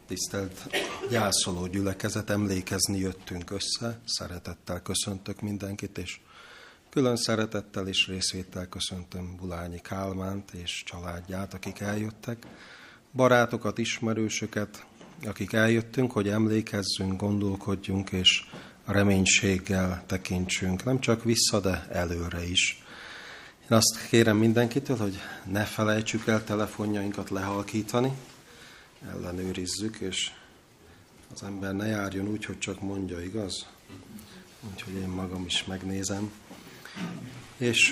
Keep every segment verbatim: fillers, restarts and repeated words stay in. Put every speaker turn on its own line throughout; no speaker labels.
Tisztelt gyászoló gyülekezet, emlékezni jöttünk össze. Szeretettel köszöntök mindenkit, és külön szeretettel és részvéttel köszöntöm Bulányi Kálmánt és családját, akik eljöttek. Barátokat, ismerősöket, akik eljöttünk, hogy emlékezzünk, gondolkodjunk, és reménységgel tekintsünk, nem csak vissza, de előre is. Én azt kérem mindenkitől, hogy ne felejtsük el telefonjainkat lehalkítani, ellenőrizzük, és az ember ne járjon úgy, hogy csak mondja, igaz? Úgyhogy én magam is megnézem. És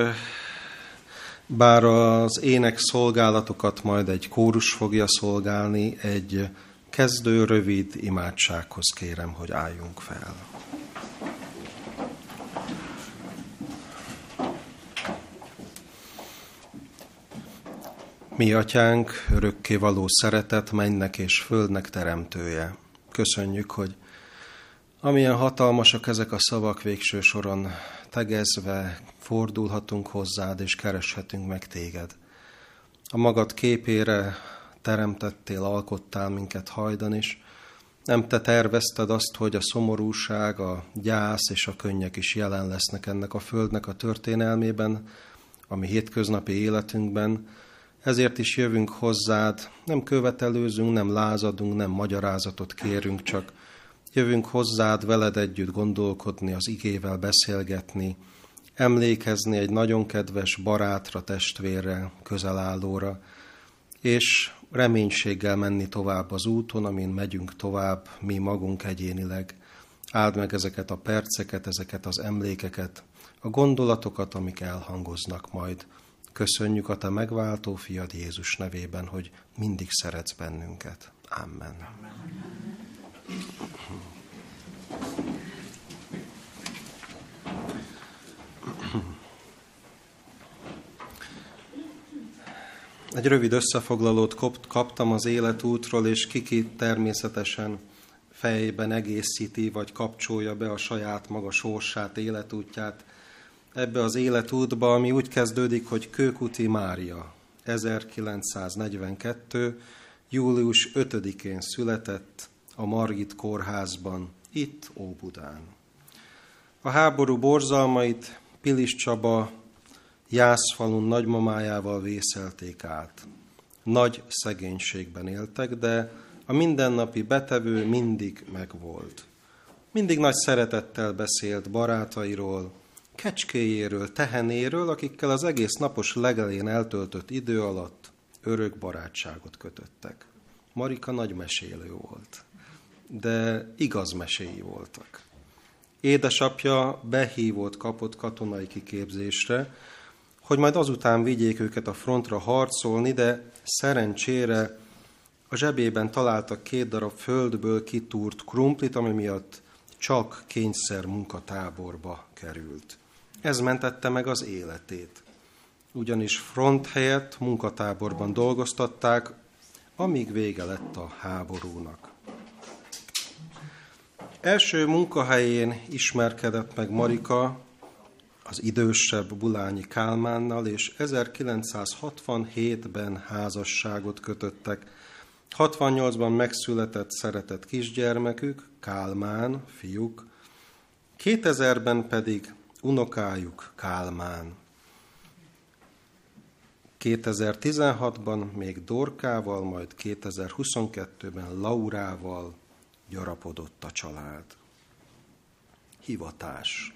bár az ének szolgálatokat majd egy kórus fogja szolgálni, egy kezdő rövid imádsághoz kérem, hogy álljunk fel. Mi atyánk, örökkévaló szeretet, mennek és földnek teremtője. Köszönjük, hogy amilyen hatalmasak ezek a szavak, végső soron tegezve fordulhatunk hozzád és kereshetünk meg téged. A magad képére teremtettél, alkottál minket hajdan is. Nem te tervezted azt, hogy a szomorúság, a gyász és a könnyek is jelen lesznek ennek a földnek a történelmében, a mi hétköznapi életünkben. Ezért is jövünk hozzád, nem követelőzünk, nem lázadunk, nem magyarázatot kérünk, csak jövünk hozzád veled együtt gondolkodni, az igével beszélgetni, emlékezni egy nagyon kedves barátra, testvérre, közelállóra, és reménységgel menni tovább az úton, amin megyünk tovább, mi magunk egyénileg. Áld meg ezeket a perceket, ezeket az emlékeket, a gondolatokat, amik elhangoznak majd. Köszönjük a te megváltó fiad Jézus nevében, hogy mindig szeretsz bennünket. Amen. Egy rövid összefoglalót kaptam az életútról, és Kiki természetesen fejben egészíti, vagy kapcsolja be a saját maga sorsát, életútját ebbe az életútba, ami úgy kezdődik, hogy Kőkuti Mária ezerkilencszáznegyvenkettő. július ötödikén született a Margit kórházban, itt Óbudán. A háború borzalmait Pilis Csaba Jászfalun nagymamájával vészelték át. Nagy szegénységben éltek, de a mindennapi betevő mindig megvolt. Mindig nagy szeretettel beszélt barátairól, kecskéjéről, tehenéről, akikkel az egész napos legelén eltöltött idő alatt örök barátságot kötöttek. Marika nagy mesélő volt, de igaz meséi voltak. Édesapja behívót kapott katonai kiképzésre, hogy majd azután vigyék őket a frontra harcolni, de szerencsére a zsebében találtak két darab földből kitúrt krumplit, ami miatt csak kényszer munkatáborba került. Ez mentette meg az életét. Ugyanis front helyett munkatáborban dolgoztatták, amíg vége lett a háborúnak. Első munkahelyén ismerkedett meg Marika az idősebb Bulányi Kálmánnal, és ezerkilencszázhatvanhétben házasságot kötöttek. hatvannyolcban megszületett szeretett kisgyermekük, Kálmán, fiúk, kétezerben pedig unokájuk Kálmán. kétezer-tizenhatban még Dorkával, majd kétezer-huszonkettőben Laurával gyarapodott a család. Hivatás.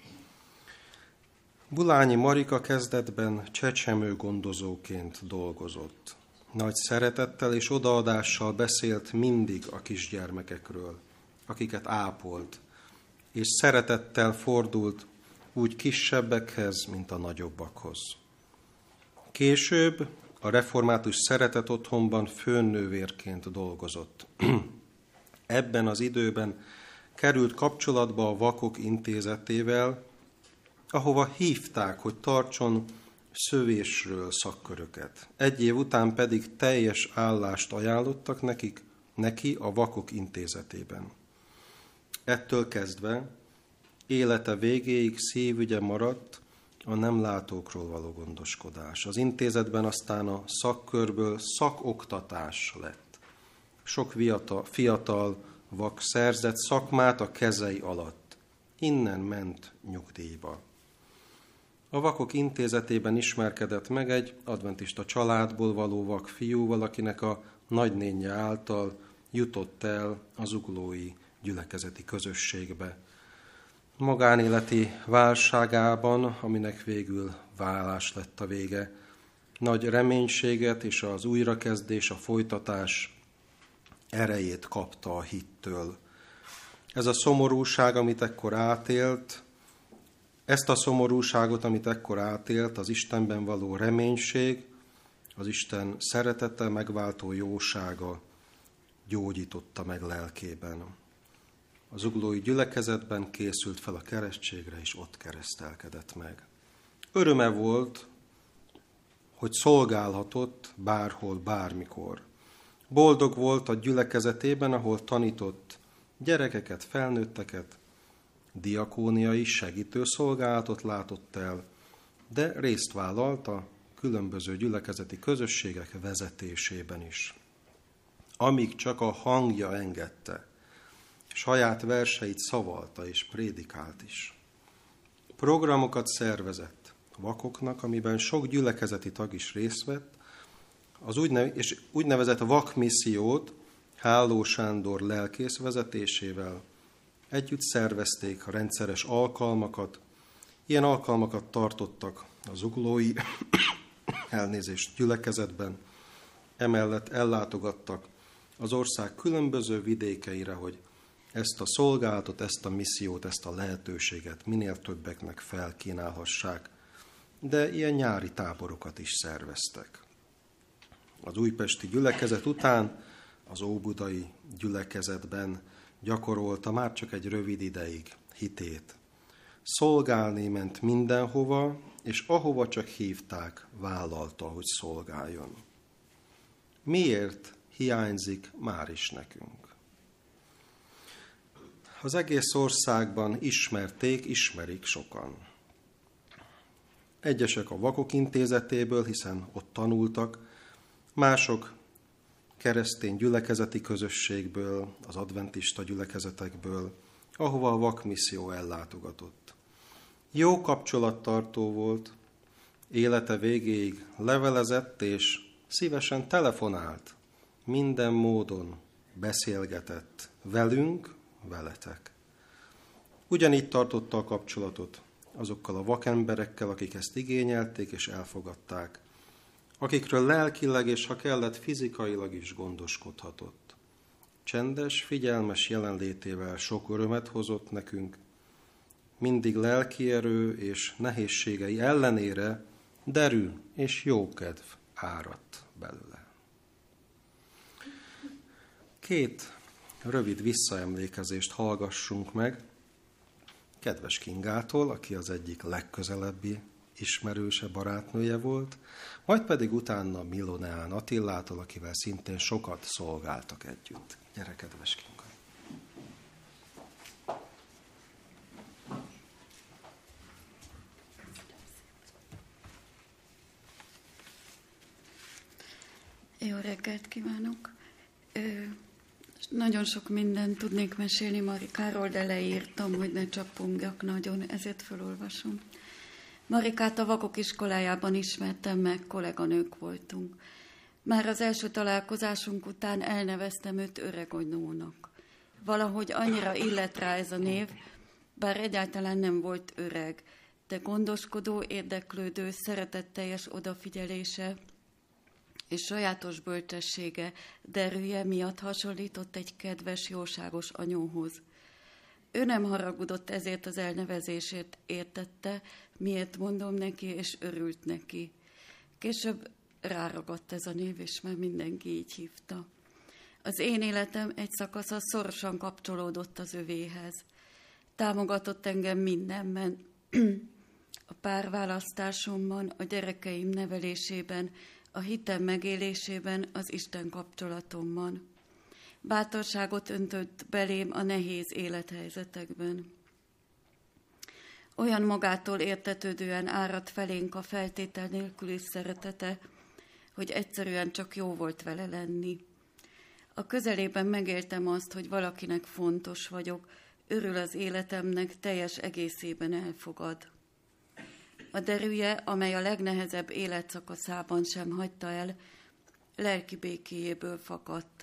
Bulányi Marika kezdetben csecsemő gondozóként dolgozott. Nagy szeretettel és odaadással beszélt mindig a kisgyermekekről, akiket ápolt, és szeretettel fordult úgy kisebbekhez, mint a nagyobbakhoz. Később a református szeretet otthonban főnővérként dolgozott. Ebben az időben került kapcsolatba a Vakok Intézetével, ahova hívták, hogy tartson szövésről szakköröket. Egy év után pedig teljes állást ajánlottak nekik, neki a Vakok Intézetében. Ettől kezdve élete végéig szívügye maradt a nem látókról való gondoskodás. Az intézetben aztán a szakkörből szakoktatás lett. Sok fiatal, fiatal vak szerzett szakmát a kezei alatt. Innen ment nyugdíjba. A Vakok Intézetében ismerkedett meg egy adventista családból való vak fiúval, akinek a nagynénje által jutott el az zuglói gyülekezeti közösségbe. Magánéleti válságában, aminek végül válás lett a vége, nagy reménységet és az újrakezdés, a folytatás erejét kapta a hittől. Ez a szomorúság, amit ekkor átélt, ezt a szomorúságot, amit ekkor átélt, az Istenben való reménység, az Isten szeretete, megváltó jósága gyógyította meg lelkében. A zuglói gyülekezetben készült fel a keresztségre, és ott keresztelkedett meg. Öröme volt, hogy szolgálhatott bárhol, bármikor. Boldog volt a gyülekezetében, ahol tanított gyerekeket, felnőtteket, diakóniai segítő szolgálatot látott el, de részt vállalt a különböző gyülekezeti közösségek vezetésében is. Amíg csak a hangja engedte, saját verseit szavalta és prédikált is. Programokat szervezett vakoknak, amiben sok gyülekezeti tag is részt vett, az úgynevezett, és úgynevezett vakmissziót Háló Sándor lelkész vezetésével együtt szervezték a rendszeres alkalmakat. Ilyen alkalmakat tartottak a zuglói elnézést gyülekezetben, emellett ellátogattak az ország különböző vidékeire, hogy ezt a szolgálatot, ezt a missziót, ezt a lehetőséget minél többeknek felkínálhassák, de ilyen nyári táborokat is szerveztek. Az újpesti gyülekezet után az óbudai gyülekezetben gyakorolta már csak egy rövid ideig hitét. Szolgálni ment mindenhova, és ahova csak hívták, vállalta, hogy szolgáljon. Miért hiányzik már is nekünk? Az egész országban ismerték, ismerik sokan. Egyesek a Vakok Intézetéből, hiszen ott tanultak, mások keresztény gyülekezeti közösségből, az adventista gyülekezetekből, ahova a vakmisszió ellátogatott. Jó kapcsolattartó volt, élete végéig levelezett és szívesen telefonált, minden módon beszélgetett velünk, veletek. Ugyanígy tartotta a kapcsolatot azokkal a vakemberekkel, akik ezt igényelték és elfogadták, akikről lelkileg és ha kellett fizikailag is gondoskodhatott. Csendes, figyelmes jelenlétével sok örömet hozott nekünk, mindig lelki erő és nehézségei ellenére derű és jókedv áradt belőle. Két rövid visszaemlékezést hallgassunk meg kedves Kingától, aki az egyik legközelebbi ismerőse, barátnője volt, majd pedig utána Miloneán Attillától, akivel szintén sokat szolgáltak együtt. Gyere, kedves Kinga!
Jó reggelt kívánok! Ö, nagyon sok mindent tudnék mesélni Marikáról, de leírtam, hogy ne csappongjak nagyon, ezért felolvasom. Marikát a Vakok iskolájában ismertem meg, kolléganők voltunk. Már az első találkozásunk után elneveztem őt öreganyónak. Valahogy annyira illett rá ez a név, bár egyáltalán nem volt öreg, de gondoskodó, érdeklődő, szeretetteljes odafigyelése és sajátos bölcsessége, derűje miatt hasonlított egy kedves, jóságos anyóhoz. Ő nem haragudott ezért az elnevezésért, értette, miért mondom neki, és örült neki. Később ráragadt ez a név, és már mindenki így hívta. Az én életem egy szakasza szorosan kapcsolódott az övéhez. Támogatott engem mindenben, a párválasztásomban, a gyerekeim nevelésében, a hitem megélésében, az Isten kapcsolatomban. Bátorságot öntött belém a nehéz élethelyzetekben. Olyan magától értetődően áradt felénk a feltétel nélküli szeretete, hogy egyszerűen csak jó volt vele lenni. A közelében megéltem azt, hogy valakinek fontos vagyok, örül az életemnek, teljes egészében elfogad. A derűje, amely a legnehezebb életszakaszában sem hagyta el, lelki békéjéből fakadt.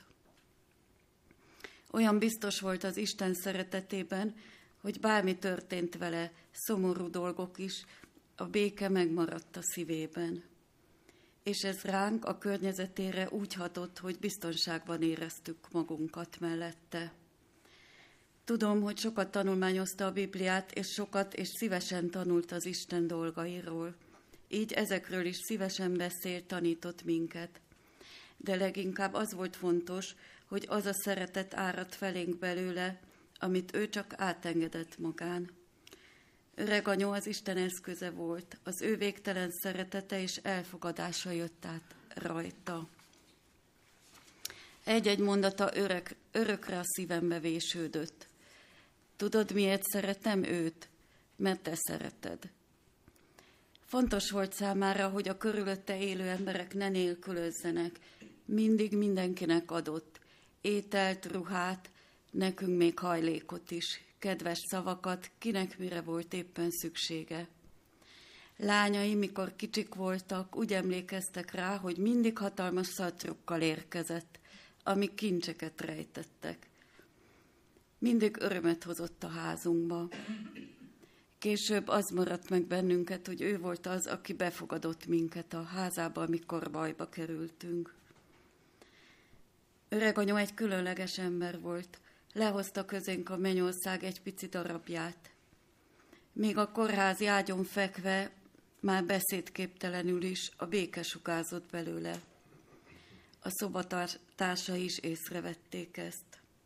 Olyan biztos volt az Isten szeretetében, hogy bármi történt vele, szomorú dolgok is, a béke megmaradt a szívében. És ez ránk, a környezetére úgy hatott, hogy biztonságban éreztük magunkat mellette. Tudom, hogy sokat tanulmányozta a Bibliát, és sokat és szívesen tanult az Isten dolgairól. Így ezekről is szívesen beszélt, tanított minket. De leginkább az volt fontos, hogy az a szeretet áradt felénk belőle, amit ő csak átengedett magán. Öreg anyó az Isten eszköze volt, az ő végtelen szeretete és elfogadása jött át rajta. Egy-egy mondata örök, örökre a szívembe vésődött. Tudod, miért szeretem őt? Mert te szereted. Fontos volt számára, hogy a körülötte élő emberek ne nélkülözzenek. Mindig mindenkinek adott. Ételt, ruhát, nekünk még hajlékot is. Kedves szavakat, kinek mire volt éppen szüksége. Lányai, mikor kicsik voltak, úgy emlékeztek rá, hogy mindig hatalmas szatrukkal érkezett, amik kincseket rejtettek. Mindig örömet hozott a házunkba. Később az maradt meg bennünket, hogy ő volt az, aki befogadott minket a házába, amikor bajba kerültünk. Öreganyó egy különleges ember volt. Lehozta közénk a mennyország egy pici darabját. Még a kórházi ágyon fekve, már beszédképtelenül is a béke sugázott belőle. A szobatársai is észrevették ezt.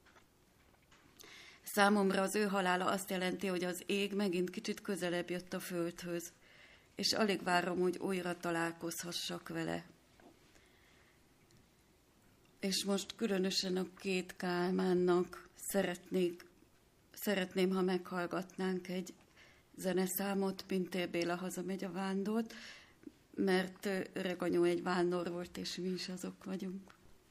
Számomra az ő halála azt jelenti, hogy az ég megint kicsit közelebb jött a földhöz, és alig várom, hogy újra találkozhassak vele. És most különösen a két Kálmánnak szeretnék, szeretném, ha meghallgatnánk egy zeneszámot, Pintér Béla Hazamegy a vándort, mert öreganyó egy vándor volt, és mi is azok vagyunk.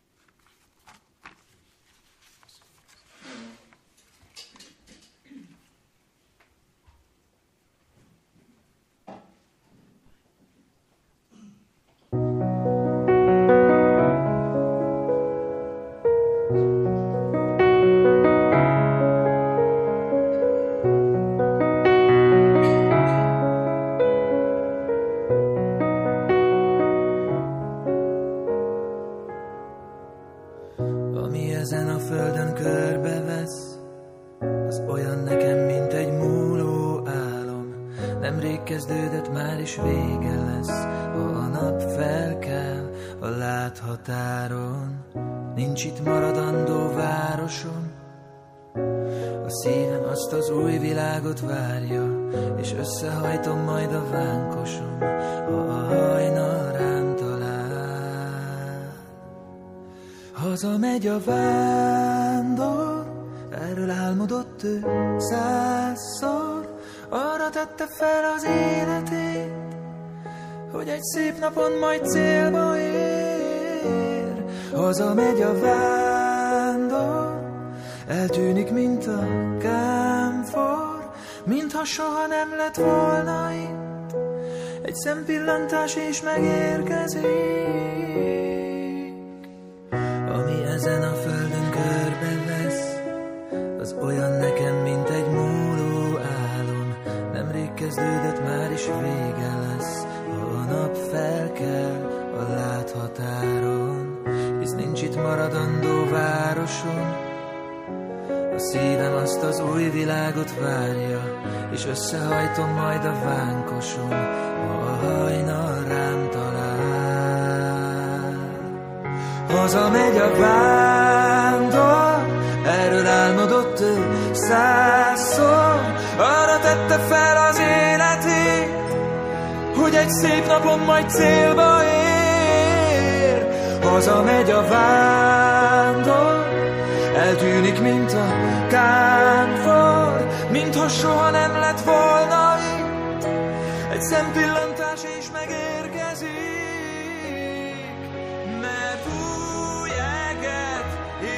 Határon, nincs itt maradandó városom. A szívem azt az új világot várja, és összehajtom majd a vánkosom, ha a hajnal rám talál. Hazamegy a vándor, erről álmodott ő százszor, arra tette fel az életét, hogy egy szép napon majd célba ér. Hazamegy a vándor, eltűnik, mint a kámfor, mintha soha nem lett volna itt. Egy szempillantás és megérkezik. Ami ezen a földön körbevesz, az olyan nekem, mint egy múló álom. Nemrég kezdődött, már is vége lesz, ha a nap felkel a láthatáron. Hisz nincs itt maradandó városom. A szívem azt az új világot várja, és összehajtom majd a vánkosom, ha a hajnal rám talál. Hazamegy a vándor, erről álmodott ő százszor, arra tette fel az életét, hogy egy szép napon majd célba ér. Hazamegy a vándor, eltűnik, mint a kámfor, mintha soha nem lett volna itt. Egy szempillantás és megérkezik, mert új eget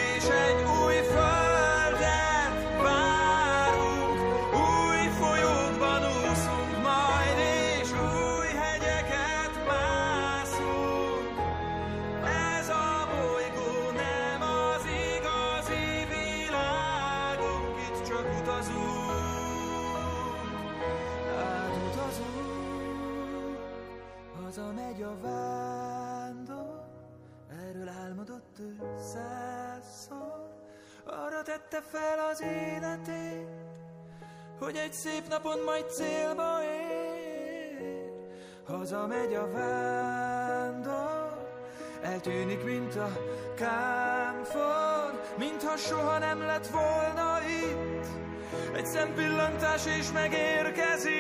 a vándor, erről álmodott ő százszor. Arra tette fel az életét, hogy egy szép napon majd célba ér. Hazamegy a vándor, eltűnik, mint a kámfor, mintha soha nem lett volna itt. Egy szempillantás és megérkezik.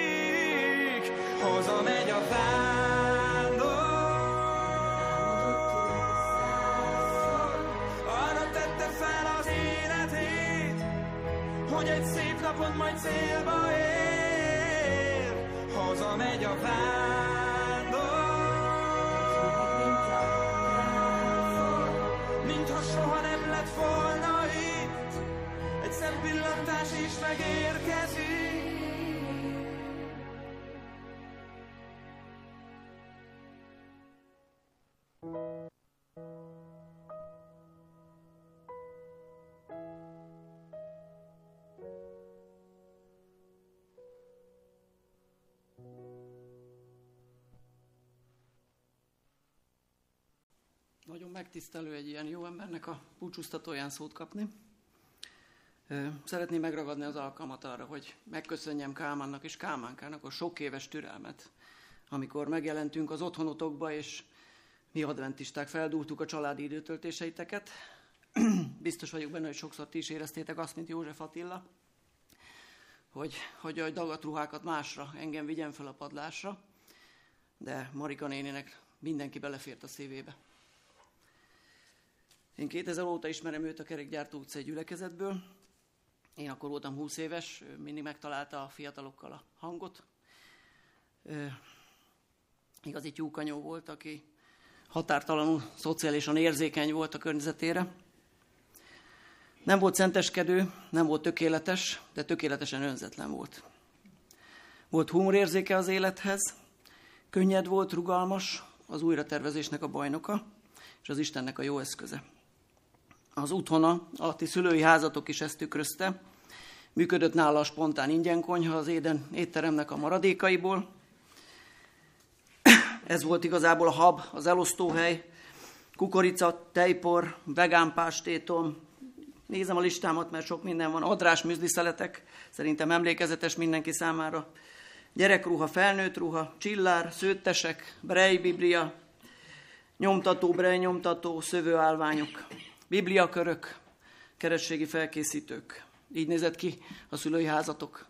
Hazamegy a vándor, arra tette fel az életét, hogy egy szép napon majd célba ér. Hazamegy a vándor, mintha soha nem lett volna itt. Egy szempillantás is megérkezik.
Nagyon megtisztelő egy ilyen jó embernek a búcsúztatóján szót kapni. Szeretném megragadni az alkalmat arra, hogy megköszönjem Kálmánnak és Kálmánkának a sok éves türelmet, amikor megjelentünk az otthonotokba, és mi adventisták feldúltuk a családi időtöltéseiteket. Biztos vagyok benne, hogy sokszor ti is éreztétek azt, mint József Attila, hogy hagyja a dagatruhákat másra, engem vigyen fel a padlásra, de Marika néninek mindenki belefért a szívébe. Én kétezer óta ismerem őt a Kerékgyártó utcai gyülekezetből. Én akkor voltam húsz éves, mindig megtalálta a fiatalokkal a hangot. E, igazi tyúkanyó volt, aki határtalanul szociálisan érzékeny volt a környezetére. Nem volt szenteskedő, nem volt tökéletes, de tökéletesen önzetlen volt. Volt humorérzéke az élethez, könnyed volt, rugalmas, az újratervezésnek a bajnoka, és az Istennek a jó eszköze. Az úthona, a ti szülői házatok is ezt tükrözte. Működött nála a spontán ingyenkonyha az éden étteremnek a maradékaiból. Ez volt igazából a hab, az elosztóhely, kukorica, tejpor, vegán pástétom. Nézem a listámat, mert sok minden van. Adrás műzliszeletek, szerintem emlékezetes mindenki számára. Gyerekruha, felnőtt ruha, csillár, szőttesek, brej biblia, nyomtató, brej nyomtató, szövőállványok, bibliakörök, kerességi felkészítők. Így nézett ki a szülői házatok.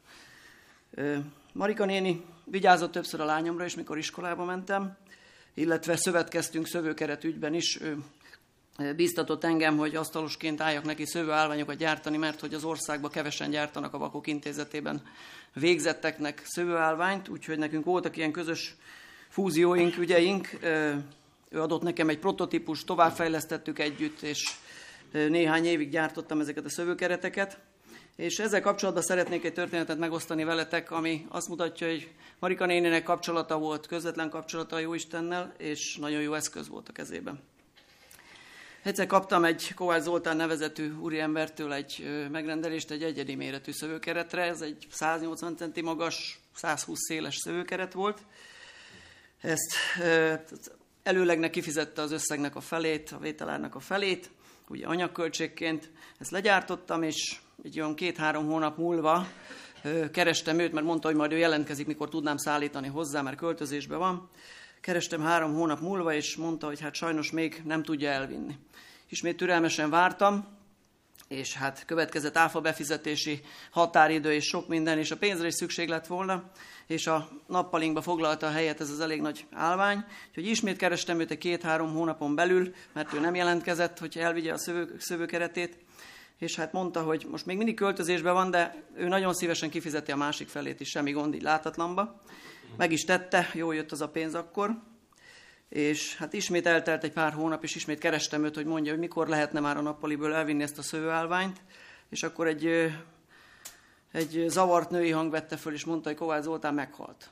Marika néni vigyázott többször a lányomra is, mikor iskolába mentem, illetve szövetkeztünk szövőkeret ügyben is. Ő bíztatott engem, hogy asztalosként álljak neki szövőállványokat gyártani, mert hogy az országban kevesen gyártanak a Vakok Intézetében végzetteknek szövőállványt, úgyhogy nekünk voltak ilyen közös fúzióink, ügyeink. Ő adott nekem egy prototípust, továbbfejlesztettük együtt, és néhány évig gyártottam ezeket a szövőkereteket. És ezzel kapcsolatban szeretnék egy történetet megosztani veletek, ami azt mutatja, hogy Marika néninek kapcsolata volt, közvetlen kapcsolata a Jóistennel, és nagyon jó eszköz volt a kezében. Egyszer kaptam egy Kovács Zoltán nevezetű úriembertől egy megrendelést egy egyedi méretű szövőkeretre. Ez egy száznyolcvan centi magas, százhúsz széles szövőkeret volt. Ezt előlegnek kifizette az összegnek a felét, a vételárnak a felét, ugye anyagköltségként. Ezt legyártottam, és egy olyan két-három hónap múlva kerestem őt, mert mondta, hogy majd ő jelentkezik, mikor tudnám szállítani hozzá, mert költözésben van. Kerestem három hónap múlva, és mondta, hogy hát sajnos még nem tudja elvinni. Ismét türelmesen vártam, és hát következett áfa befizetési határidő és sok minden, és a pénzre is szükség lett volna, és a nappalinkba foglalta a helyet ez az elég nagy állvány, úgyhogy ismét kerestem őt egy két-három hónapon belül, mert ő nem jelentkezett, hogy elvigye a szövő, szövőkeretét, és hát mondta, hogy most még mindig költözésben van, de ő nagyon szívesen kifizeti a másik felét is, semmi gond így látatlanba. Meg is tette, jól jött az a pénz akkor, és hát ismét eltelt egy pár hónap, és ismét kerestem őt, hogy mondja, hogy mikor lehetne már a nappaliből elvinni ezt a szövőállványt, és akkor egy, egy zavart női hang vette föl, és mondta, hogy Kovács Zoltán meghalt.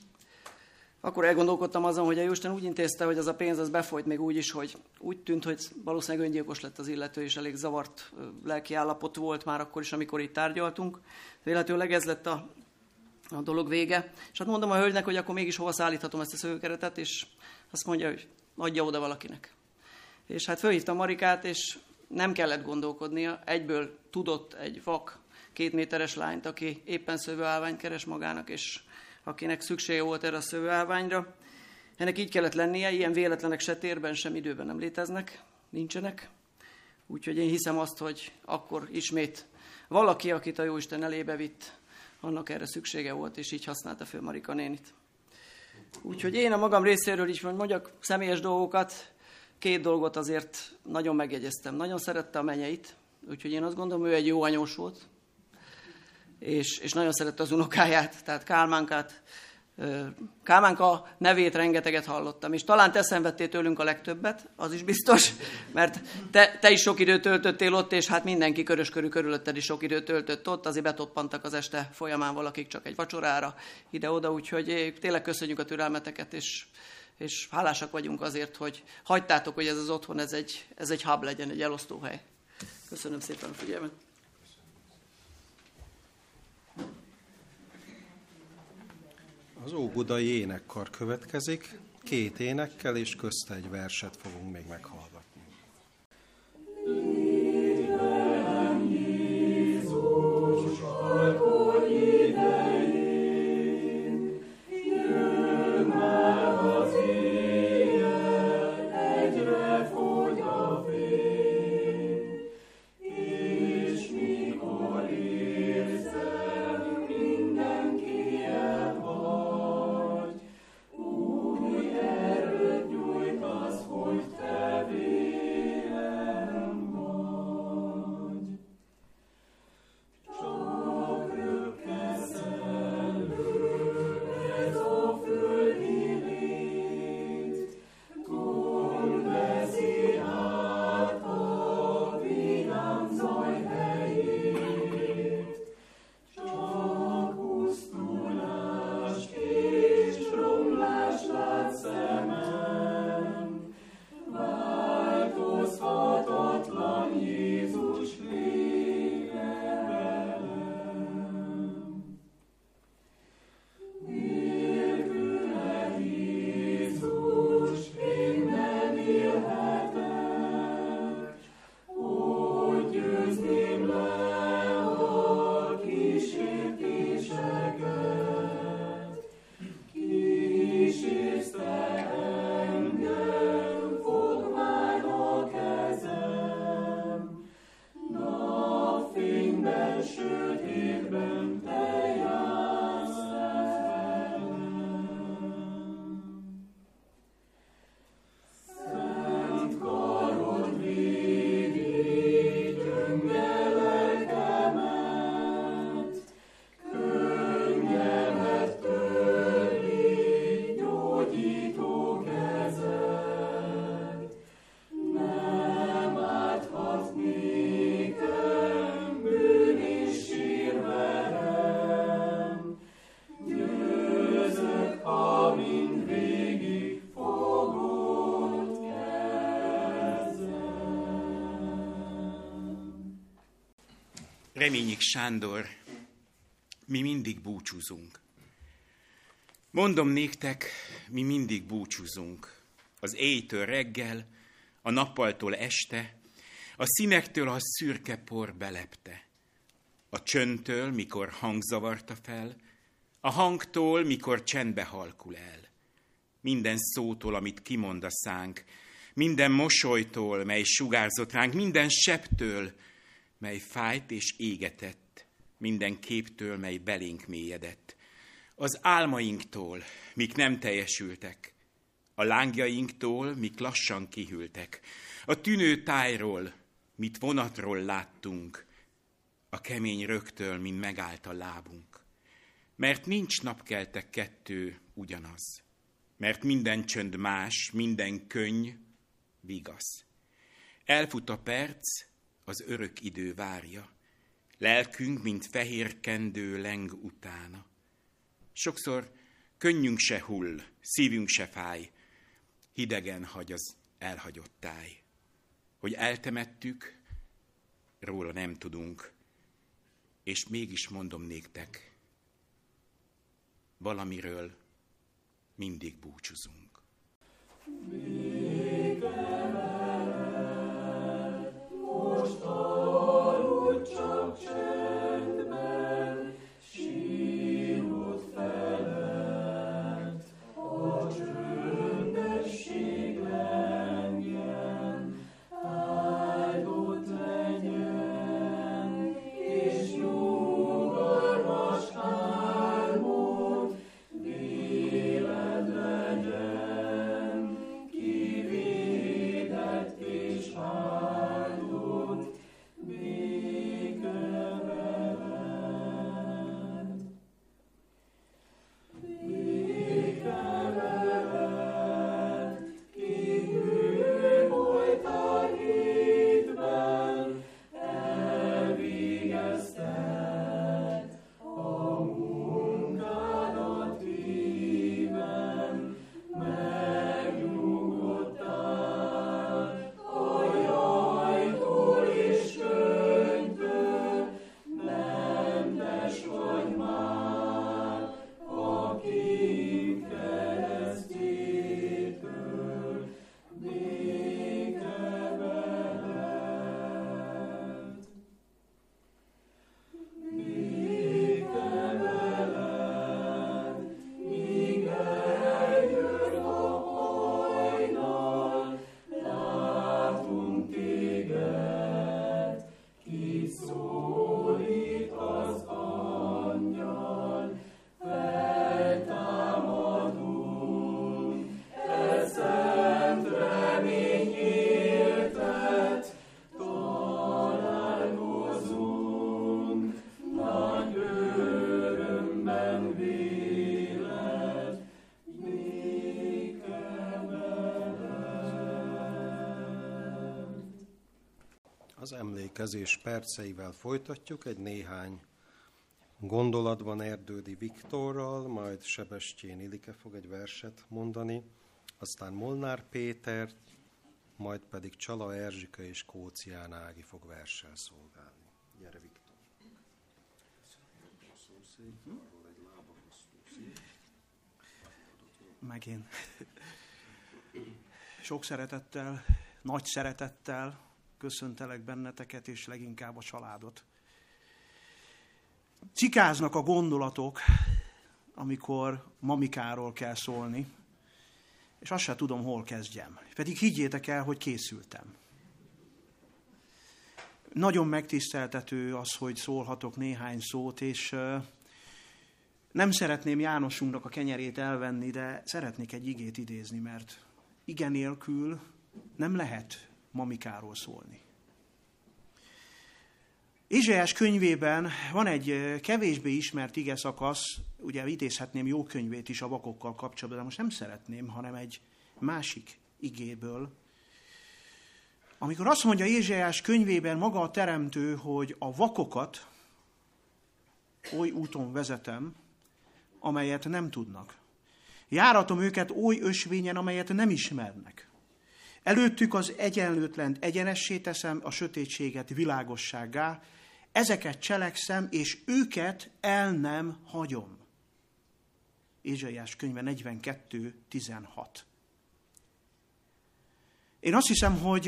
Akkor elgondolkodtam azon, hogy a Jóisten úgy intézte, hogy az a pénz az befolyt még úgy is, hogy úgy tűnt, hogy valószínűleg öngyilkos lett az illető, és elég zavart lelki állapot volt már akkor is, amikor itt tárgyaltunk. Véletlenül ez lett a a dolog vége. És hát mondom a hölgynek, hogy akkor mégis hova szállíthatom ezt a szögőkeretet, és azt mondja, hogy adja oda valakinek. És hát fölhívtam Marikát, és nem kellett gondolkodnia, egyből tudott egy vak, két méteres lányt, aki éppen szövőállványt keres magának, és akinek szüksége volt erre a szövőállványra. Ennek így kellett lennie, ilyen véletlenek se térben, sem időben nem léteznek, nincsenek. Úgyhogy én hiszem azt, hogy akkor ismét valaki, akit a Jóisten elébe vitt, annak erre szüksége volt, és így használta föl Marika nénit. Úgyhogy én a magam részéről is mondjak személyes dolgokat, két dolgot azért nagyon megjegyeztem. Nagyon szerette a menyeit, úgyhogy én azt gondolom, ő egy jó anyós volt, és, és nagyon szerette az unokáját, tehát Kálmánkát. Kálmánka nevét rengeteget hallottam, és talán te szenvedtél tőlünk a legtöbbet, az is biztos, mert te, te is sok időt töltöttél ott, és hát mindenki körös körül körülötted is sok időt töltött ott, azért betoppantak az este folyamán valakik csak egy vacsorára ide-oda, úgyhogy tényleg köszönjük a türelmeteket, és, és hálásak vagyunk azért, hogy hagytátok, hogy ez az otthon, ez egy, ez egy hub legyen, egy elosztóhely. Köszönöm szépen a figyelmet.
Az óbudai énekkar következik, két énekkel és közt egy verset fogunk még meghallgatni.
Reményik Sándor, mi mindig búcsúzunk. Mondom néktek, mi mindig búcsúzunk. Az éjtől reggel, a nappaltól este, a színektől a szürke por belepte. A csöndtől, mikor hang zavarta fel, a hangtól, mikor csendbe halkul el. Minden szótól, amit kimond a szánk, minden mosolytól, mely sugárzott ránk, minden sebtől, mely fájt és égetett, minden képtől, mely belénk mélyedett. Az álmainktól, mik nem teljesültek, a lángjainktól, mik lassan kihűltek, a tűnő tájról, mit vonatról láttunk, a kemény rögtől, min megállt a lábunk. Mert nincs napkelte kettő ugyanaz, mert minden csönd más, minden könny vigasz. Elfut a perc, az örök idő várja, lelkünk, mint fehér kendő leng utána. Sokszor könnyünk se hull, szívünk se fáj, hidegen hagy az elhagyott táj. Hogy eltemettük, róla nem tudunk, és mégis mondom néktek, valamiről mindig búcsúzunk.
Most aludj csak csendben, sírod felett, a csöndesség lengjen, áldott legyen, és nyugalmas álmod véled legyen, kivédett és áldott, béke veled. Béke veled, ki hű voltál hétben, elvégezted a munkádat híven, megnyugodtál a jajtól és könyvtől, mentes vagy már a kint keresztjétől, béke veled. Béke veled, míg eljön a hajnal, látunk téged, ki szólít az angyal, feltámadunk, e szent remény éltet, találkozunk, nagy örömben véled, béke veled.
Az emlékezés perceivel folytatjuk egy néhány gondolatban Erdődi Viktorral, majd Sebestyén Ilike fog egy verset mondani, aztán Molnár Péter, majd pedig Csala Erzsika és Kócián Ági fog verssel szolgálni. Gyere, Viktor!
Megint. Sok szeretettel, nagy szeretettel köszöntelek benneteket, és leginkább a családot. Cikáznak a gondolatok, amikor mamikáról kell szólni, és azt sem tudom, hol kezdjem. Pedig higgyétek el, hogy készültem. Nagyon megtiszteltető az, hogy szólhatok néhány szót, és nem szeretném Jánosunknak a kenyerét elvenni, de szeretnék egy igét idézni, mert ige nélkül nem lehet mamikáról szólni. Ézsaiás könyvében van egy kevésbé ismert ige szakasz, ugye idézhetném jó könyvét is a vakokkal kapcsolatban, de most nem szeretném, hanem egy másik igéből. Amikor azt mondja Ézsaiás könyvében maga a teremtő, hogy a vakokat oly úton vezetem, amelyet nem tudnak. Járatom őket oly ösvényen, amelyet nem ismernek. Előttük az egyenlőtlent egyenessé teszem, a sötétséget világossággá, ezeket cselekszem, és őket el nem hagyom. Ézsaiás könyve negyvenkettő tizenhat. Én azt hiszem, hogy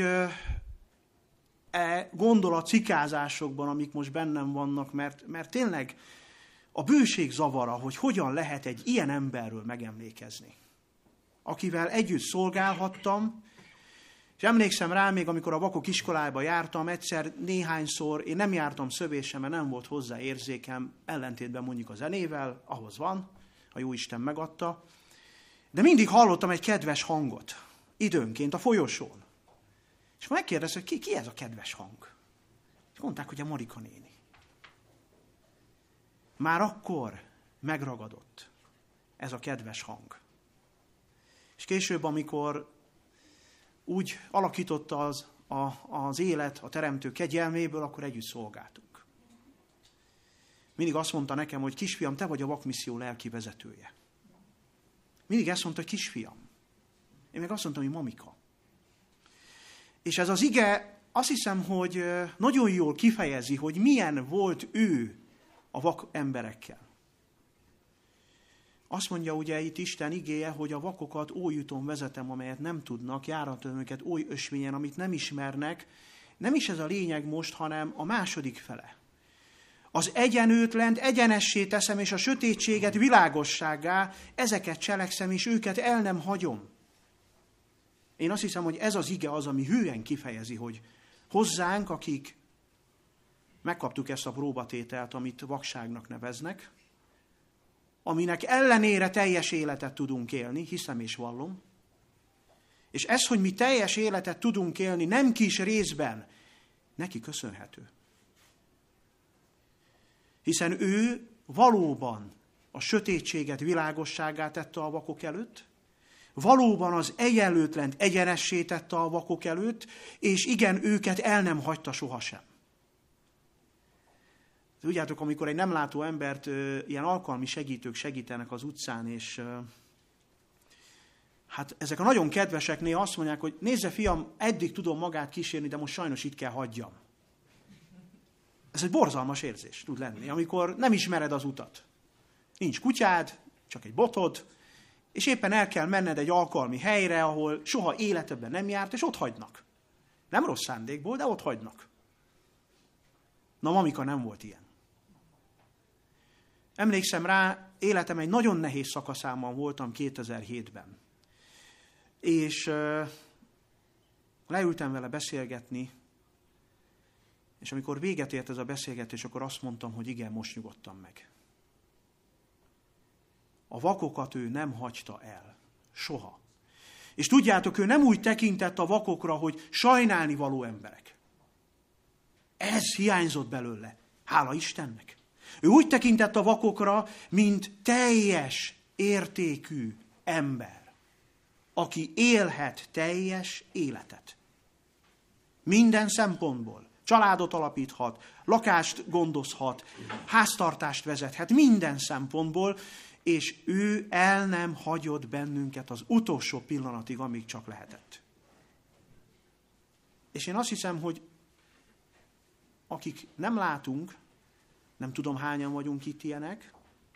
e gondolat cikázásokban, amik most bennem vannak, mert, mert tényleg a bőség zavara, hogy hogyan lehet egy ilyen emberről megemlékezni, akivel együtt szolgálhattam, és emlékszem rá, még amikor a vakok iskolába jártam, egyszer néhányszor, én nem jártam szövésen, mert nem volt hozzá érzékem, ellentétben mondjuk a zenével, ahhoz van, a Jóisten megadta, de mindig hallottam egy kedves hangot, időnként a folyosón. És megkérdezte, hogy ki, ki ez a kedves hang? És mondták, hogy a Marika néni. Már akkor megragadott ez a kedves hang. És később, amikor úgy alakította az, a, az élet a teremtő kegyelméből, akkor együtt szolgáltunk. Mindig azt mondta nekem, hogy kisfiam, te vagy a vakmisszió lelki vezetője. Mindig ezt mondta, hogy kisfiam. Én meg azt mondtam, hogy mamika. És ez az ige azt hiszem, hogy nagyon jól kifejezi, hogy milyen volt ő a vak emberekkel. Azt mondja ugye itt Isten igéje, hogy a vakokat oly úton vezetem, amelyet nem tudnak, járatom őket oly ösvényen, amit nem ismernek. Nem is ez a lényeg most, hanem a második fele. Az egyenlőtlent egyenessé teszem, és a sötétséget világossággá, ezeket cselekszem, és őket el nem hagyom. Én azt hiszem, hogy ez az ige az, ami hűen kifejezi, hogy hozzánk, akik megkaptuk ezt a próbatételt, amit vakságnak neveznek, aminek ellenére teljes életet tudunk élni, hiszem és vallom, és ez, hogy mi teljes életet tudunk élni, nem kis részben, neki köszönhető. Hiszen ő valóban a sötétséget világosságá tette a vakok előtt, valóban az egyenlőtlent egyenessé tette a vakok előtt, és igen, őket el nem hagyta sohasem. Tudjátok, amikor egy nem látó embert ö, ilyen alkalmi segítők segítenek az utcán, és ö, hát ezek a nagyon kedvesek néha azt mondják, hogy nézze fiam, eddig tudom magát kísérni, de most sajnos itt kell hagyjam. Ez egy borzalmas érzés tud lenni, amikor nem ismered az utat. Nincs kutyád, csak egy botod, és éppen el kell menned egy alkalmi helyre, ahol soha életedben nem járt, és ott hagynak. Nem rossz szándékból, de ott hagynak. Na, mamika nem volt ilyen. Emlékszem rá, életem egy nagyon nehéz szakaszában voltam kétezer-hétben. És uh, leültem vele beszélgetni, és amikor véget ért ez a beszélgetés, akkor azt mondtam, hogy igen, most nyugodtam meg. A vakokat ő nem hagyta el. Soha. És tudjátok, ő nem úgy tekintett a vakokra, hogy sajnálni való emberek. Ez hiányzott belőle. Hála Istennek. Ő úgy tekintett a vakokra, mint teljes értékű ember, aki élhet teljes életet. Minden szempontból. Családot alapíthat, lakást gondozhat, háztartást vezethet, minden szempontból, és ő el nem hagyott bennünket az utolsó pillanatig, amíg csak lehetett. És én azt hiszem, hogy akik nem látunk, nem tudom hányan vagyunk itt ilyenek,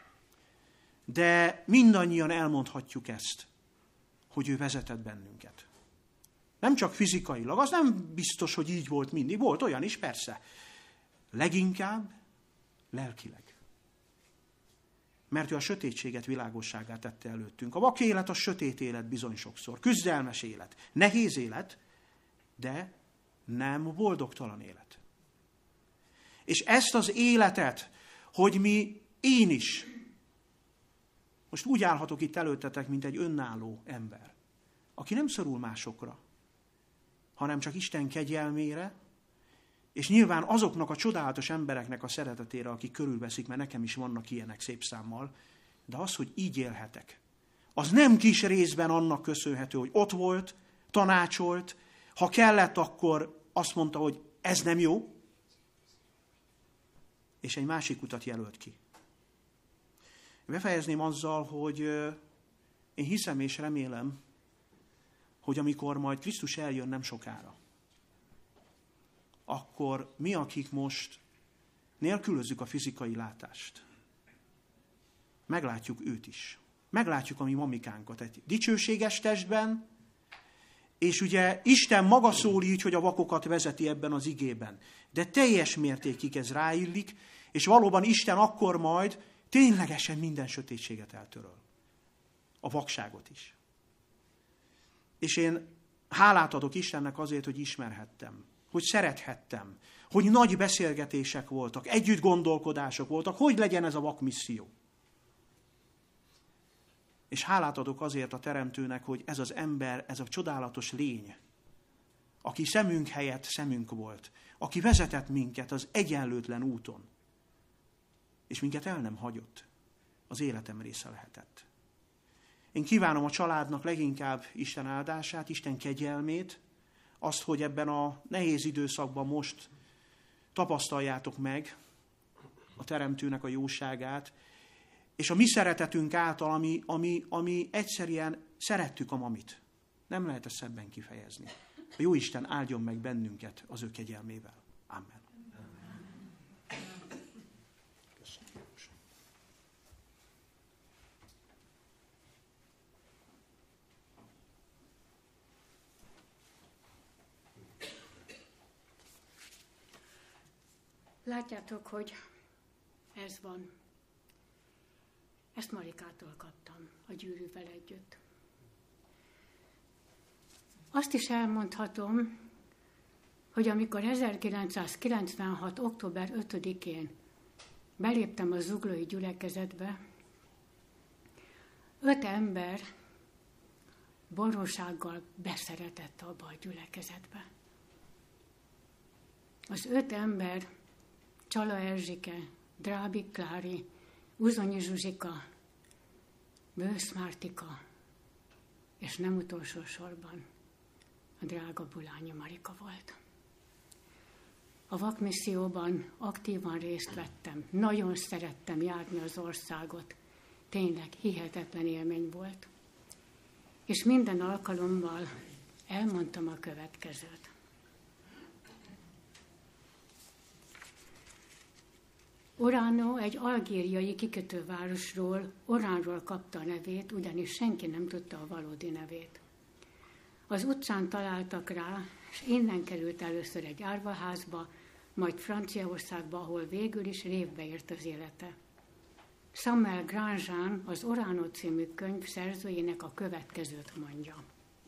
de mindannyian elmondhatjuk ezt, hogy ő vezetett bennünket. Nem csak fizikailag, az nem biztos, hogy így volt mindig, volt olyan is, persze. Leginkább lelkileg. Mert ő a sötétséget világosságá tette előttünk. A vak élet a sötét élet bizony sokszor, küzdelmes élet, nehéz élet, de nem boldogtalan élet. És ezt az életet, hogy mi, én is, most úgy állhatok itt előttetek, mint egy önálló ember, aki nem szorul másokra, hanem csak Isten kegyelmére, és nyilván azoknak a csodálatos embereknek a szeretetére, akik körülveszik, mert nekem is vannak ilyenek szép számmal, de az, hogy így élhetek, az nem kis részben annak köszönhető, hogy ott volt, tanácsolt, ha kellett, akkor azt mondta, hogy ez nem jó, és egy másik utat jelölt ki. Befejezném azzal, hogy én hiszem és remélem, hogy amikor majd Krisztus eljön nem sokára, akkor mi, akik most nélkülözzük a fizikai látást, meglátjuk őt is. Meglátjuk a mi mamikánkat egy dicsőséges testben, és ugye Isten maga szól így, hogy a vakokat vezeti ebben az igében. De teljes mértékig ez ráillik, és valóban Isten akkor majd ténylegesen minden sötétséget eltöröl. A vakságot is. És én hálát adok Istennek azért, hogy ismerhettem, hogy szerethettem, hogy nagy beszélgetések voltak, együtt gondolkodások voltak, hogy legyen ez a vakmisszió. És hálát adok azért a Teremtőnek, hogy ez az ember, ez a csodálatos lény, aki szemünk helyett szemünk volt, aki vezetett minket az egyenlőtlen úton, és minket el nem hagyott, az életem része lehetett. Én kívánom a családnak leginkább Isten áldását, Isten kegyelmét, azt, hogy ebben a nehéz időszakban most tapasztaljátok meg a Teremtőnek a jóságát, és a mi szeretetünk által, ami, ami, ami egyszerűen szerettük a mamit. Nem lehet ezt szebben kifejezni. A Jóisten áldjon meg bennünket az ő kegyelmével. Amen. Köszönöm.
Látjátok, hogy ez van. Ezt Marikától kaptam, a gyűrűvel együtt. Azt is elmondhatom, hogy amikor ezerkilencszázkilencvenhat. október ötödikén beléptem a zuglói gyülekezetbe, öt ember borrósággal beszeretett abba a gyülekezetbe. Az öt ember, Csala Erzsike, Drábik Klári, Uzonyi Zsuzsika, Bősz Mártika, és nem utolsó sorban a drága Bulányi Marika volt. A vakmisszióban aktívan részt vettem, nagyon szerettem járni az országot, tényleg hihetetlen élmény volt. És minden alkalommal elmondtam a következőt. Orano egy algériai kikötővárosról, Oránról kapta a nevét, ugyanis senki nem tudta a valódi nevét. Az utcán találtak rá, és innen került először egy árvaházba, majd Franciaországba, ahol végül is révbe ért az élete. Samuel Grandjean, az Orano című könyv szerzőjének a következőt mondja.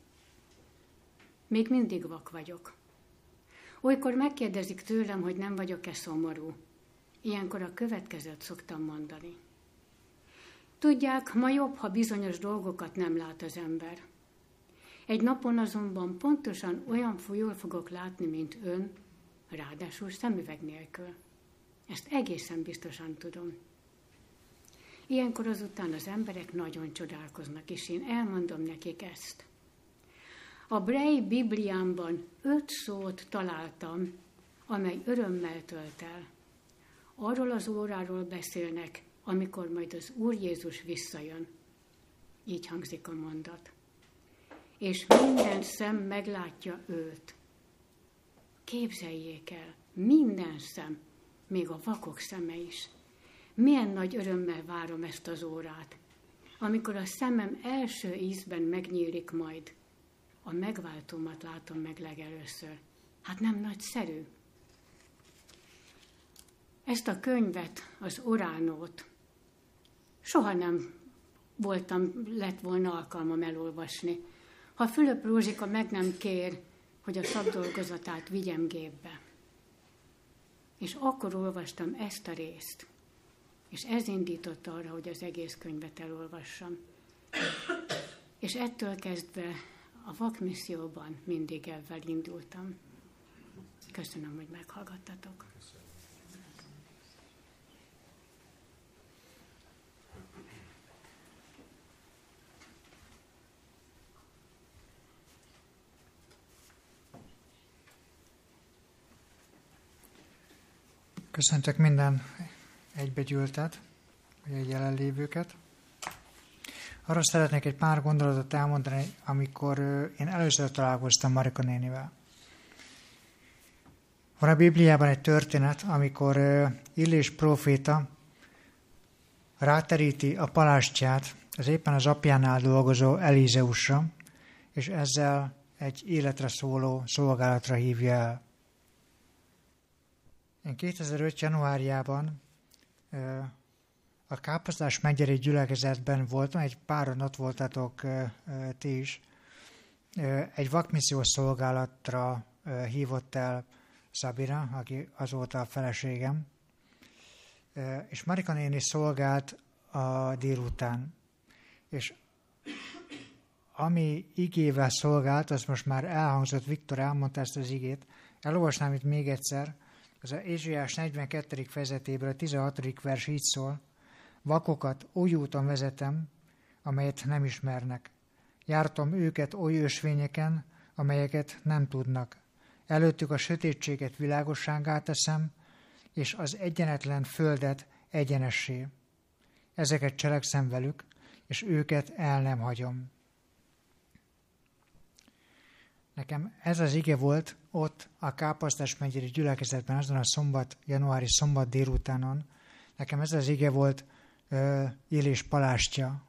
Még mindig vak vagyok. Olykor megkérdezik tőlem, hogy nem vagyok-e szomorú. Ilyenkor a következőt szoktam mondani. Tudják, ma jobb, ha bizonyos dolgokat nem lát az ember. Egy napon azonban pontosan olyan jól fogok látni, mint ön, ráadásul szemüveg nélkül. Ezt egészen biztosan tudom. Ilyenkor azután az emberek nagyon csodálkoznak, és én elmondom nekik ezt. A Brej Bibliámban öt szót találtam, amely örömmel tölt el. Arról az óráról beszélnek, amikor majd az Úr Jézus visszajön. Így hangzik a mondat. És minden szem meglátja őt. Képzeljék el, minden szem, még a vakok szeme is. Milyen nagy örömmel várom ezt az órát, amikor a szemem első ízben megnyílik majd. A megváltómat látom meg legelőször. Hát nem nagyszerű? Ezt a könyvet, az Oránót soha nem voltam, lett volna alkalmam elolvasni. Ha Fülöp Rózsika meg nem kér, hogy a szakdolgozatát vigyem gépbe. És akkor olvastam ezt a részt, és ez indított arra, hogy az egész könyvet elolvassam. És ettől kezdve a vakmisszióban mindig ebben indultam. Köszönöm, hogy meghallgattatok.
Köszöntök minden egybegyűltet, vagy egy jelenlévőket. Arra szeretnék egy pár gondolatot elmondani, amikor én először találkoztam Marika nénivel. Van a Bibliában egy történet, amikor Illés próféta ráteríti a palástját az éppen az apjánál dolgozó Elízeusra, és ezzel egy életre szóló szolgálatra hívja el. Én kétezer-öt. januárjában a Káposztás megyeri gyülekezetben voltam, egy páran ott voltatok ti is. Egy vakmissziós szolgálatra hívott el Szabina, aki azóta a feleségem, és Marika néni szolgált a délután. És ami igével szolgált, az most már elhangzott, Viktor elmondta ezt az igét, elolvasnám itt még egyszer, az a Ézsaiás negyvenkettedik fejezetéből a tizenhatodik vers így szól: vakokat oly úton vezetem, amelyet nem ismernek. Jártam őket oly ösvényeken, amelyeket nem tudnak. Előttük a sötétséget világossággá teszem, és az egyenetlen földet egyenessé. Ezeket cselekszem velük, és őket el nem hagyom. Nekem ez az ige volt ott a Káposztás megyeri gyülekezetben, azon a szombat, januári szombat délutánon. Nekem ez az ige volt uh, Illés palástja.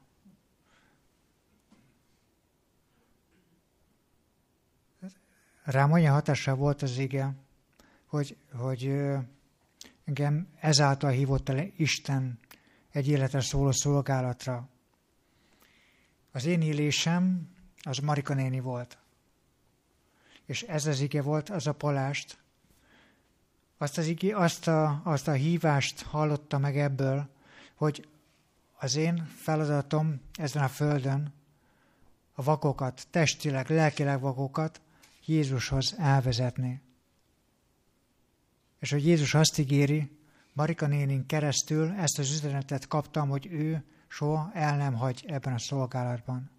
Rám olyan hatással volt az ige, hogy, hogy uh, engem ezáltal hívott el Isten egy életre szóló szolgálatra. Az én élésem az Marika néni volt. És ez az ige volt, az a palást. Azt, az ige, azt, a, azt a hívást hallotta meg ebből, hogy az én feladatom ezen a földön a vakokat, testileg, lelkileg vakokat Jézushoz elvezetni. És hogy Jézus azt ígéri, Marika nénin keresztül ezt az üzenetet kaptam, hogy ő soha el nem hagy ebben a szolgálatban.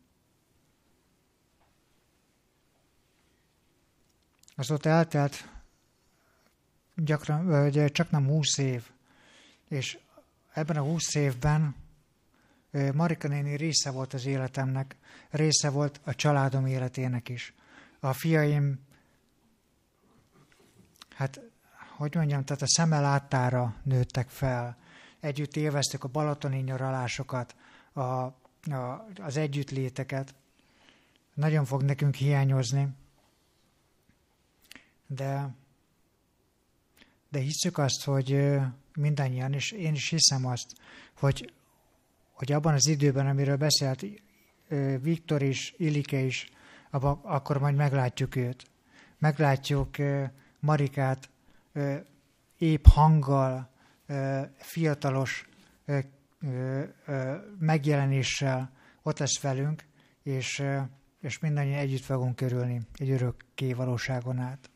Azóta eltelt gyakran, csak nem húsz év, és ebben a húsz évben Marika néni része volt az életemnek, része volt a családom életének is. A fiaim, hát, hogy mondjam, tehát a szeme láttára nőttek fel. Együtt élveztük a balatoni nyaralásokat, a, a, az együttléteket. Nagyon fog nekünk hiányozni, de, de hiszük azt, hogy mindannyian, és én is hiszem azt, hogy, hogy abban az időben, amiről beszélt Viktor is, Ilike is, abba, akkor majd meglátjuk őt. Meglátjuk Marikát épp hanggal, fiatalos megjelenéssel ott lesz velünk, és, és mindannyian együtt fogunk körülni egy örökké valóságon át.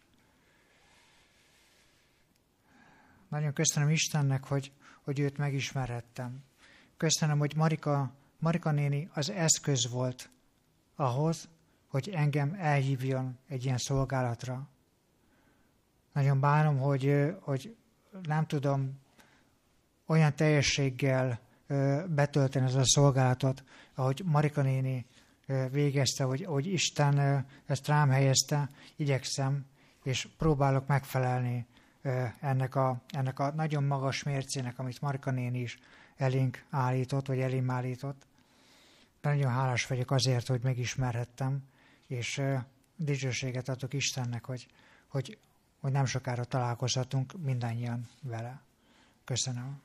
Nagyon köszönöm Istennek, hogy, hogy őt megismerhettem. Köszönöm, hogy Marika, Marika néni az eszköz volt ahhoz, hogy engem elhívjon egy ilyen szolgálatra. Nagyon bánom, hogy, hogy nem tudom olyan teljességgel betölteni ezt a szolgálatot, ahogy Marika néni végezte, hogy, hogy Isten ezt rám helyezte, igyekszem, és próbálok megfelelni ennek a, ennek a nagyon magas mércének, amit Marika néni is elénk állított, vagy elém állított. De nagyon hálás vagyok azért, hogy megismerhettem, és dicsőséget adok Istennek, hogy, hogy, hogy nem sokára találkozhatunk mindannyian vele. Köszönöm.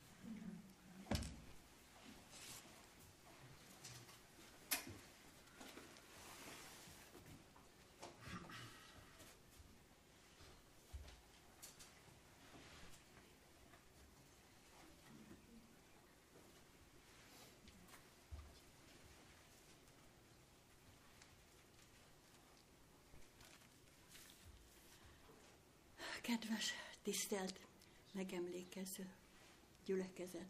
Kedves, tisztelt, megemlékező gyülekezet!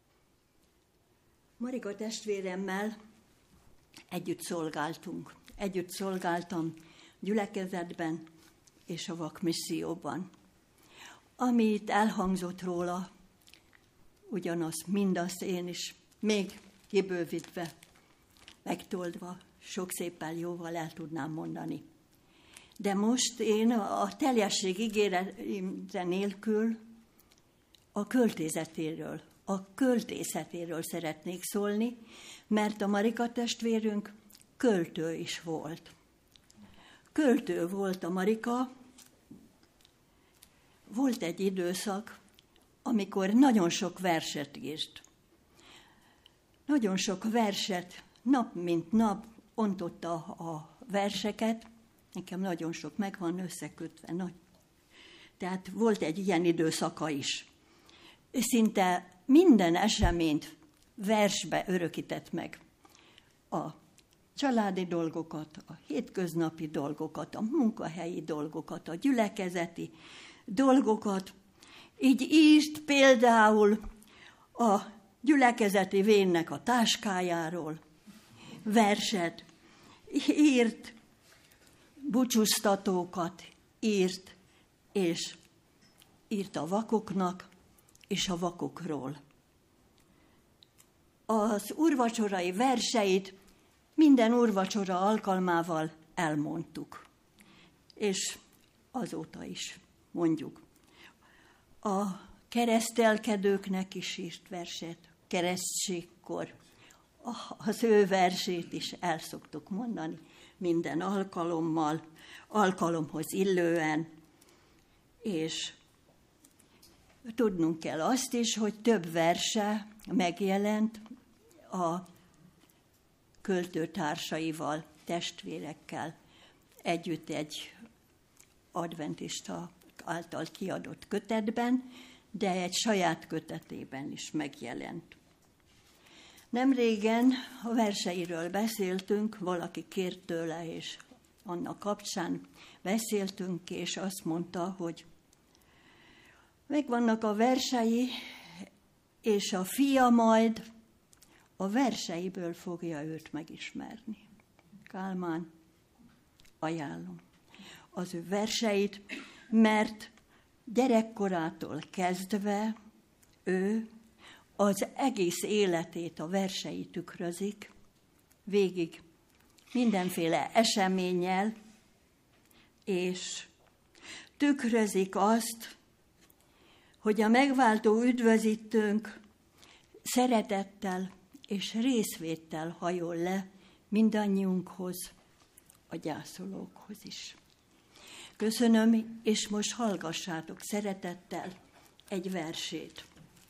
Marika testvéremmel együtt szolgáltunk. Együtt szolgáltam gyülekezetben és a vakmisszióban. Ami itt elhangzott róla, ugyanaz, mindazt én is, még kibővítve, megtoldva, sok szépen jóval el tudnám mondani. De most én a teljesség ígérete nélkül a költészetéről, a költészetéről szeretnék szólni, mert a Marika testvérünk költő is volt. Költő volt a Marika. Volt egy időszak, amikor nagyon sok verset írt. Nagyon sok verset, nap mint nap ontotta a verseket. Nekem nagyon sok megvan összekötve. Nagy. Tehát volt egy ilyen időszaka is. Szinte minden eseményt versbe örökített meg. A családi dolgokat, a hétköznapi dolgokat, a munkahelyi dolgokat, a gyülekezeti dolgokat. Így írt például a gyülekezeti vénnek a táskájáról verset, írt búcsúztatókat, írt, és írt a vakoknak és a vakokról. Az úrvacsorai verseit minden úrvacsora alkalmával elmondtuk, és azóta is mondjuk. A keresztelkedőknek is írt verset, keresztségkor. Az ő versét is el szoktuk mondani minden alkalommal, alkalomhoz illően, és tudnunk kell azt is, hogy több verse megjelent a költőtársaival, testvérekkel együtt egy adventista által kiadott kötetben, de egy saját kötetében is megjelent. Nemrégen a verseiről beszéltünk, valaki kért tőle, és annak kapcsán beszéltünk, és azt mondta, hogy megvannak a versei, és a fia majd a verseiből fogja őt megismerni. Kálmán, ajánlom az ő verseit, mert gyerekkorától kezdve ő az egész életét a versei tükrözik, végig mindenféle eseménnyel, és tükrözik azt, hogy a megváltó üdvözítőnk szeretettel és részvéttel hajol le mindannyiunkhoz, a gyászolókhoz is. Köszönöm, és most hallgassátok szeretettel egy versét.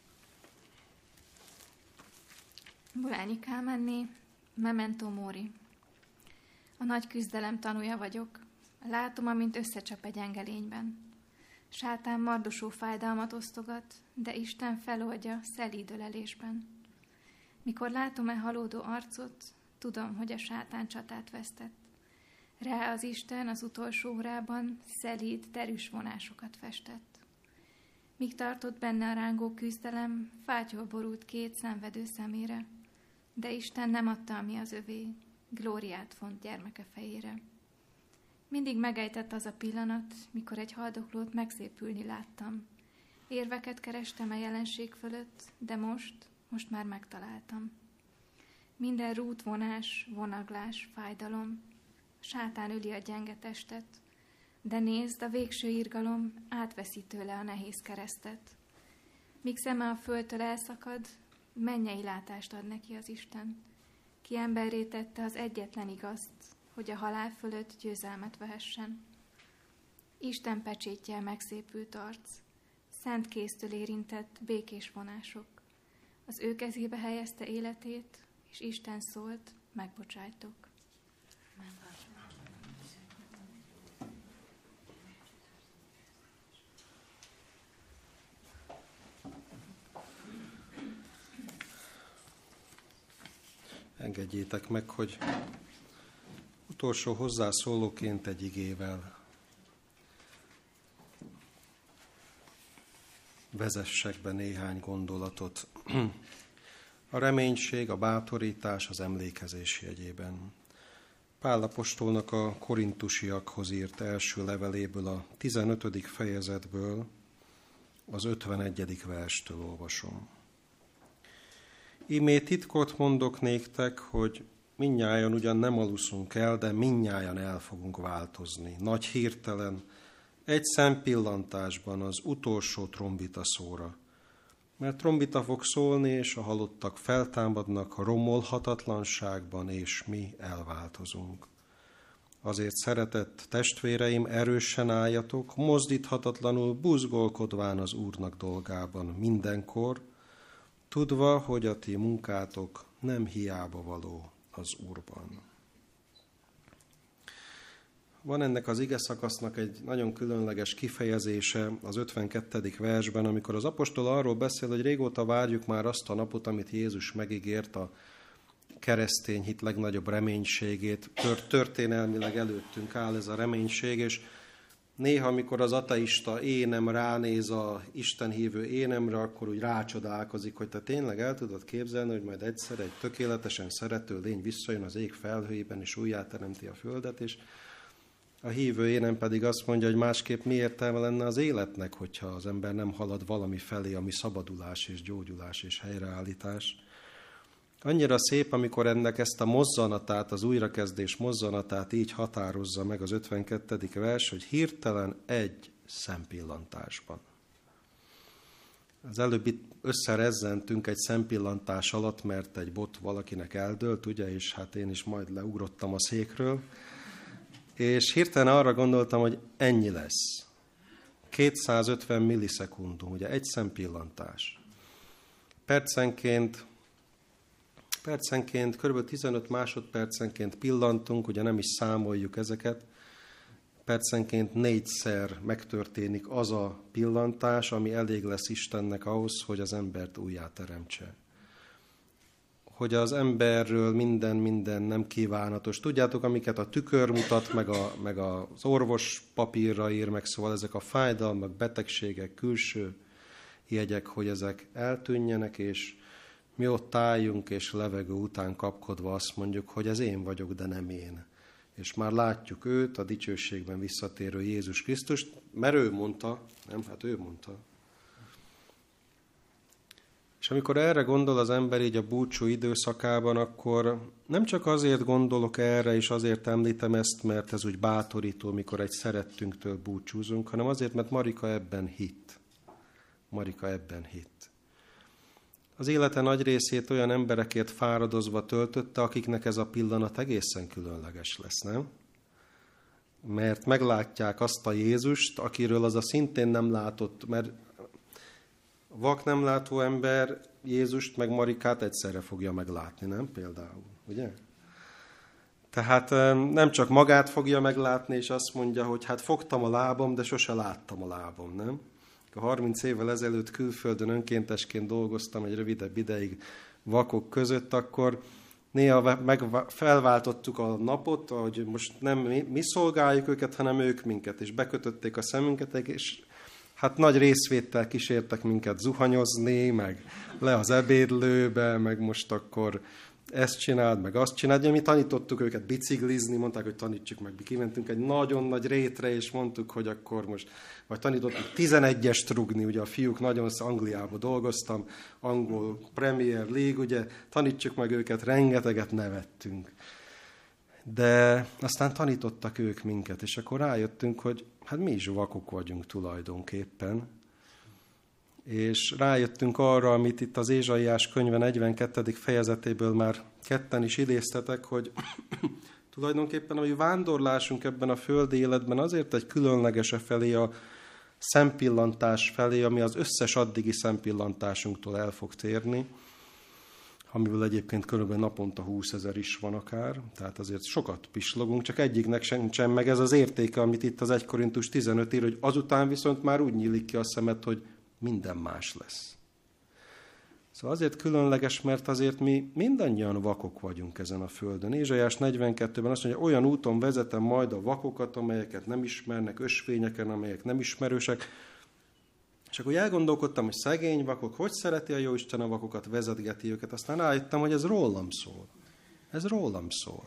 Bulányi Kálmánné, Memento Mori. A nagy küzdelem tanúja vagyok. Látom, amint összecsap egy engelényben. Sátán mardosó fájdalmat osztogat, de Isten feloldja szelíd ölelésben. Mikor látom-e halódó arcot, tudom, hogy a sátán csatát vesztett. Rá az Isten az utolsó órában szelíd, derűs vonásokat festett. Míg tartott benne a rángó küzdelem, fátyol borult két szenvedő szemére, de Isten nem adta, ami az övé, glóriát font gyermeke fejére. Mindig megejtett az a pillanat, mikor egy haldoklót megszépülni láttam. Érveket kerestem a jelenség fölött, de most, most már megtaláltam. Minden rútvonás, vonaglás, fájdalom, sátán öli a gyenge testet, de nézd, a végső irgalom átveszi tőle a nehéz keresztet. Míg szeme a földtől elszakad, mennyei látást ad neki az Isten. Ki emberré tette az egyetlen igazt, hogy a halál fölött győzelmet vehessen. Isten pecsétjel megszépült arc, szent kéztől érintett békés vonások. Az ő kezébe helyezte életét, és Isten szólt, megbocsájtok.
Engedjétek meg, hogy utolsó hozzászólóként egy igével vezessek be néhány gondolatot. A reménység, a bátorítás az emlékezés jegyében. Pál apostolnak a korintusiakhoz írt első leveléből, a tizenötödik fejezetből, az ötvenegyedik verstől olvasom. Ímé titkot mondok néktek, hogy mindnyájan ugyan nem aluszunk el, de mindnyájan el fogunk változni. Nagy hirtelen, egy szempillantásban az utolsó trombita szóra. Mert trombita fog szólni, és a halottak feltámadnak a romolhatatlanságban, és mi elváltozunk. Azért, szeretett testvéreim, erősen álljatok, mozdíthatatlanul buzgolkodván az Úrnak dolgában mindenkor, tudva, hogy a ti munkátok nem hiába való az Úrban. Van ennek az ige szakasznak egy nagyon különleges kifejezése az ötvenkettedik versben, amikor az apostol arról beszél, hogy régóta várjuk már azt a napot, amit Jézus megígért, a keresztény hit legnagyobb reménységét. Történelmileg előttünk áll ez a reménység, és néha, amikor az ateista énem ránéz a Isten hívő énemre, akkor úgy rácsodálkozik, hogy te tényleg el tudod képzelni, hogy majd egyszer egy tökéletesen szerető lény visszajön az ég felhőjében, és újjáteremti a földet, és a hívő énem pedig azt mondja, hogy másképp mi értelme lenne az életnek, hogyha az ember nem halad valami felé, ami szabadulás és gyógyulás és helyreállítás. Annyira szép, amikor ennek ezt a mozzanatát, az újrakezdés mozzanatát így határozza meg az ötvenkettedik vers, hogy hirtelen egy szempillantásban. Az előbb itt összerezzentünk egy szempillantás alatt, mert egy bot valakinek eldőlt, ugye, és hát én is majd leugrottam a székről, és hirtelen arra gondoltam, hogy ennyi lesz. kétszázötven millisekundum, ugye egy szempillantás. Percenként, percenként, kb. tizenöt másodpercenként pillantunk, ugye nem is számoljuk ezeket, percenként négyszer megtörténik az a pillantás, ami elég lesz Istennek ahhoz, hogy az embert újjáteremtse. Hogy az emberről minden, minden nem kívánatos. Tudjátok, amiket a tükör mutat, meg, a, meg az orvos papírra ír, meg szóval ezek a fájdalmak, betegségek, külső jegyek, hogy ezek eltűnjenek, és mi ott álljunk, és levegő után kapkodva azt mondjuk, hogy ez én vagyok, de nem én. És már látjuk őt, a dicsőségben visszatérő Jézus Krisztust, mert ő mondta, nem, hát ő mondta. És amikor erre gondol az ember így a búcsú időszakában, akkor nem csak azért gondolok erre, és azért említem ezt, mert ez úgy bátorító, mikor egy szerettünktől búcsúzunk, hanem azért, mert Marika ebben hitt. Marika ebben hitt. Az élete nagy részét olyan emberekért fáradozva töltötte, akiknek ez a pillanat egészen különleges lesz, nem? Mert meglátják azt a Jézust, akiről az a szintén nem látott, mert vak nem látó ember Jézust meg Marikát egyszerre fogja meglátni, nem? Például, ugye? Tehát nem csak magát fogja meglátni, és azt mondja, hogy hát fogtam a lábam, de sose láttam a lábam, nem? A harminc évvel ezelőtt külföldön önkéntesként dolgoztam egy rövidebb ideig vakok között, akkor néha meg felváltottuk a napot, hogy most nem mi, mi szolgáljuk őket, hanem ők minket, és bekötötték a szemünket, és hát nagy részvéttel kísértek minket zuhanyozni, meg le az ebédlőbe, meg most akkor ezt csináld, meg azt csináld. Mi tanítottuk őket biciklizni, mondták, hogy tanítsuk meg. Kimentünk egy nagyon nagy rétre, és mondtuk, hogy akkor most, vagy tanítottuk tizenegyest rugni, ugye a fiúk nagyon, Angliában dolgoztam, angol Premier League, ugye tanítsuk meg őket, rengeteget nevettünk. De aztán tanítottak ők minket, és akkor rájöttünk, hogy hát mi is vakok vagyunk tulajdonképpen. És rájöttünk arra, amit itt az Ézsaiás könyve negyvenkettedik fejezetéből már ketten is idéztetek, hogy tulajdonképpen a mi vándorlásunk ebben a földi életben azért egy különlegese felé, a szempillantás felé, ami az összes addigi szempillantásunktól el fog térni, amiből egyébként körülbelül naponta húszezer is van akár, tehát azért sokat pislogunk, csak egyiknek sincsen meg ez az értéke, amit itt az egy Korintus tizenöt ír, hogy azután viszont már úgy nyílik ki a szemed, hogy minden más lesz. Szóval azért különleges, mert azért mi mindannyian vakok vagyunk ezen a földön. Ézsaiás negyvenkettőben azt mondja, olyan úton vezetem majd a vakokat, amelyeket nem ismernek, ösvényeken, amelyek nem ismerősek. És akkor elgondolkodtam, hogy szegény vakok, hogy szereti a Jóisten a vakokat, vezetgeti őket. Aztán rájöttem, hogy ez rólam szól. Ez rólam szól.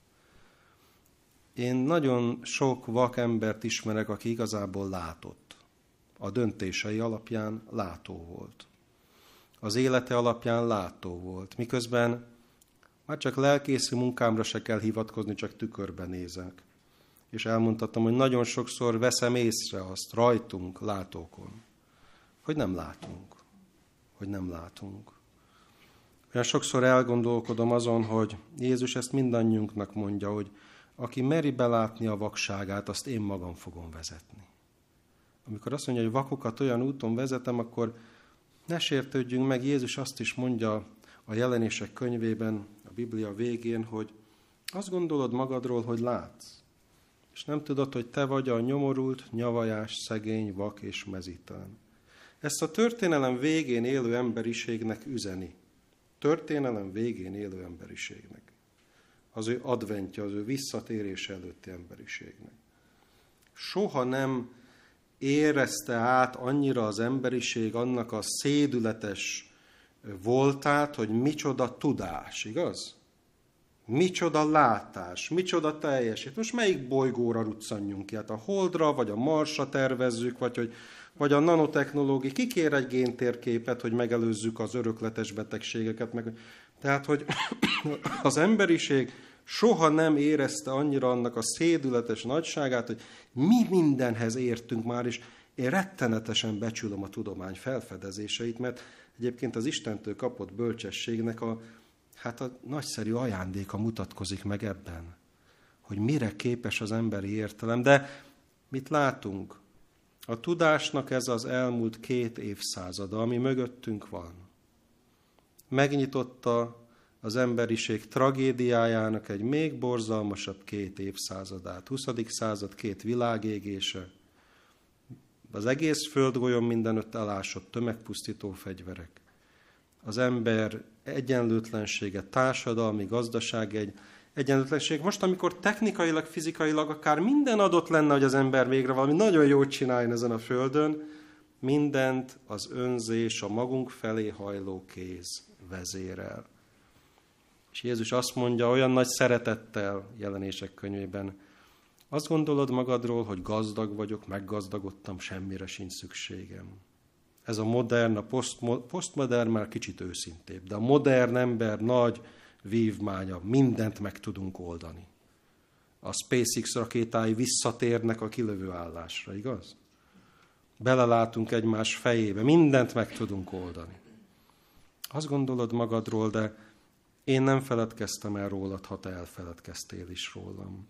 Én nagyon sok vak embert ismerek, aki igazából látott. A döntései alapján látó volt. Az élete alapján látó volt. Miközben már csak lelkészi munkámra se kell hivatkozni, csak tükörbe nézek. És elmondhatom, hogy nagyon sokszor veszem észre azt rajtunk, látókon, hogy nem látunk. Hogy nem látunk. Olyan sokszor elgondolkodom azon, hogy Jézus ezt mindannyiunknak mondja, hogy aki meri belátni a vakságát, azt én magam fogom vezetni. Amikor azt mondja, hogy vakokat olyan úton vezetem, akkor ne sértődjünk meg. Jézus azt is mondja a Jelenések könyvében, a Biblia végén, hogy azt gondolod magadról, hogy látsz, és nem tudod, hogy te vagy a nyomorult, nyavajás, szegény, vak és mezítelen. Ezt a történelem végén élő emberiségnek üzeni. Történelem végén élő emberiségnek. Az ő adventje, az ő visszatérése előtti emberiségnek. Soha nem érezte át annyira az emberiség annak a szédületes voltát, hogy micsoda tudás, igaz? Micsoda látás, micsoda teljesít. Most melyik bolygóra ruccanjunk ki? Hát a Holdra, vagy a Marsra tervezzük, vagy, hogy, vagy a nanotechnológia. Ki kér egy géntérképet, hogy megelőzzük az örökletes betegségeket? Meg... Tehát, hogy az emberiség soha nem érezte annyira annak a szédületes nagyságát, hogy mi mindenhez értünk már, és én rettenetesen becsülöm a tudomány felfedezéseit, mert egyébként az Istentől kapott bölcsességnek a, hát a nagyszerű ajándéka mutatkozik meg ebben, hogy mire képes az emberi értelem. De mit látunk? A tudásnak ez az elmúlt két évszázada, ami mögöttünk van. Megnyitotta az emberiség tragédiájának egy még borzalmasabb két évszázadát. huszadik század két világégése, az egész földgolyón mindenütt elásott tömegpusztító fegyverek, az ember egyenlőtlensége, társadalmi, gazdasági egy egyenlőtlenség. Most, amikor technikailag, fizikailag akár minden adott lenne, hogy az ember végre valami nagyon jót csináljon ezen a földön, mindent az önzés, a magunk felé hajló kéz vezérel. És Jézus azt mondja olyan nagy szeretettel Jelenések könyvében, azt gondolod magadról, hogy gazdag vagyok, meggazdagodtam, semmire sincs szükségem. Ez a modern, a posztmodern már kicsit őszintébb, de a modern ember nagy vívmánya, mindent meg tudunk oldani. A SpaceX rakétái visszatérnek a kilövő állásra, igaz? Belelátunk egymás fejébe, mindent meg tudunk oldani. Azt gondolod magadról, de én nem feledkeztem el rólad, ha te elfeledkeztél is rólam.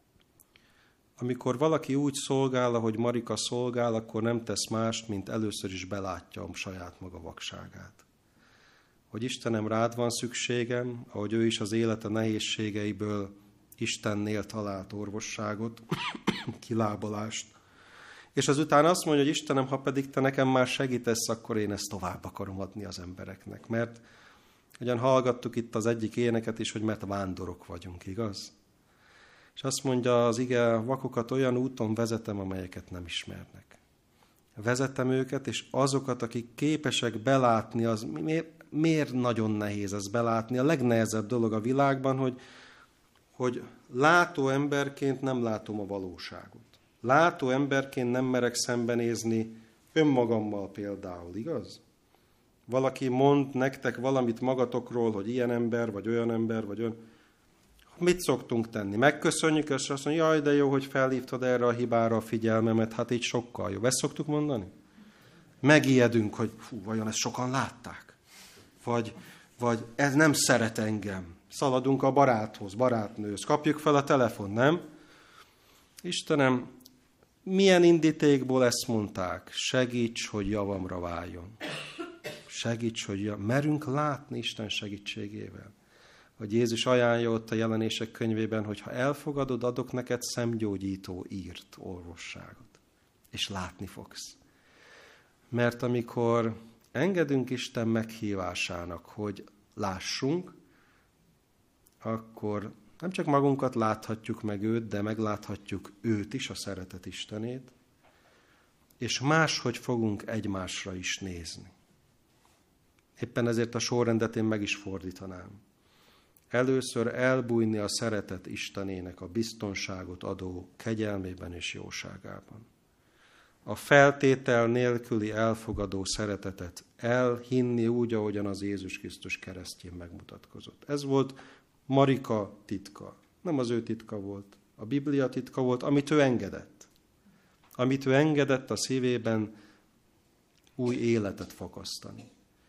Amikor valaki úgy szolgál, ahogy Marika szolgál, akkor nem tesz mást, mint először is belátja a saját maga vakságát. Hogy Istenem, rád van szükségem, ahogy ő is az élete nehézségeiből Istennél talált orvosságot, kilábalást. És azután azt mondja, hogy Istenem, ha pedig te nekem már segítesz, akkor én ezt tovább akarom adni az embereknek. Mert ugyan hallgattuk itt az egyik éneket is, hogy mert vándorok vagyunk, igaz? És azt mondja az ige, vakokat olyan úton vezetem, amelyeket nem ismernek. Vezetem őket, és azokat, akik képesek belátni, az miért, miért nagyon nehéz ez belátni? A legnehezebb dolog a világban, hogy, hogy látó emberként nem látom a valóságot. Látó emberként nem merek szembenézni önmagammal például, igaz? Valaki mond nektek valamit magatokról, hogy ilyen ember, vagy olyan ember, vagy olyan... Mit szoktunk tenni? Megköszönjük, és azt mondja, jaj, de jó, hogy felhívtad erre a hibára a figyelmemet, hát így sokkal jó. Ezt szoktuk mondani? Megijedünk, hogy fú, vajon ezt sokan látták? Vagy, vagy ez nem szeret engem. Szaladunk a baráthoz, barátnőhöz, kapjuk fel a telefon, nem? Istenem, milyen indítékból ezt mondták? Segíts, hogy javamra váljon. Segíts, hogy jav... merünk látni Isten segítségével. Hogy Jézus ajánlja ott a Jelenések könyvében, hogy ha elfogadod, adok neked szemgyógyító írt orvosságot. És látni fogsz. Mert amikor engedünk Isten meghívásának, hogy lássunk, akkor nem csak magunkat láthatjuk meg őt, de megláthatjuk őt is, a szeretet Istenét, és máshogy fogunk egymásra is nézni. Éppen ezért a sorrendet én meg is fordítanám. Először elbújni a szeretet Istenének a biztonságot adó kegyelmében és jóságában. A feltétel nélküli elfogadó szeretetet elhinni úgy, ahogyan az Jézus Krisztus keresztjén megmutatkozott. Ez volt Marika titka. Nem az ő titka volt. A Biblia titka volt, amit ő engedett. Amit ő engedett a szívében új életet fakasztani.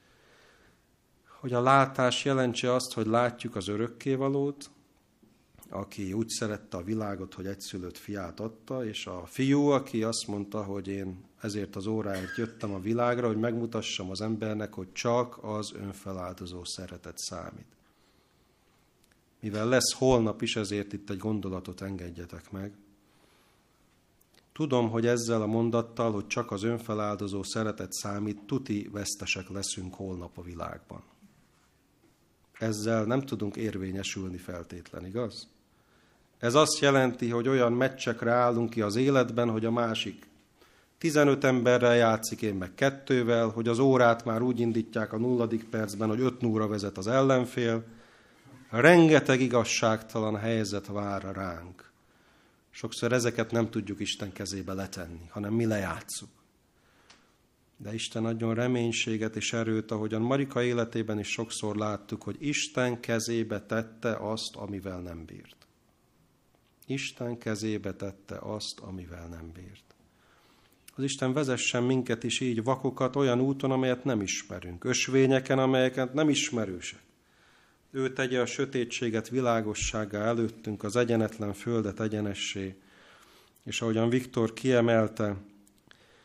Hogy a látás jelentse azt, hogy látjuk az örökkévalót, aki úgy szerette a világot, hogy egyszülött fiát adta, és a fiú, aki azt mondta, hogy én ezért az óráért jöttem a világra, hogy megmutassam az embernek, hogy csak az önfeláldozó szeretet számít. Mivel lesz holnap is, ezért itt egy gondolatot engedjetek meg. Tudom, hogy ezzel a mondattal, hogy csak az önfeláldozó szeretet számít, tuti vesztesek leszünk holnap a világban. Ezzel nem tudunk érvényesülni feltétlen, igaz? Ez azt jelenti, hogy olyan meccsekre állunk ki az életben, hogy a másik tizenöt emberrel játszik, én meg kettővel, hogy az órát már úgy indítják a nulladik percben, hogy öt nulla vezet az ellenfél. Rengeteg igazságtalan helyzet vár ránk. Sokszor ezeket nem tudjuk Isten kezébe letenni, hanem mi lejátszuk. De Isten adjon reménységet és erőt, ahogyan Marika életében is sokszor láttuk, hogy Isten kezébe tette azt, amivel nem bírt. Isten kezébe tette azt, amivel nem bírt. Az Isten vezessen minket is így vakokat olyan úton, amelyet nem ismerünk, ösvényeken, amelyeket nem ismerősek. Ő tegye a sötétséget világossággá előttünk, az egyenetlen földet egyenessé, és ahogyan Viktor kiemelte,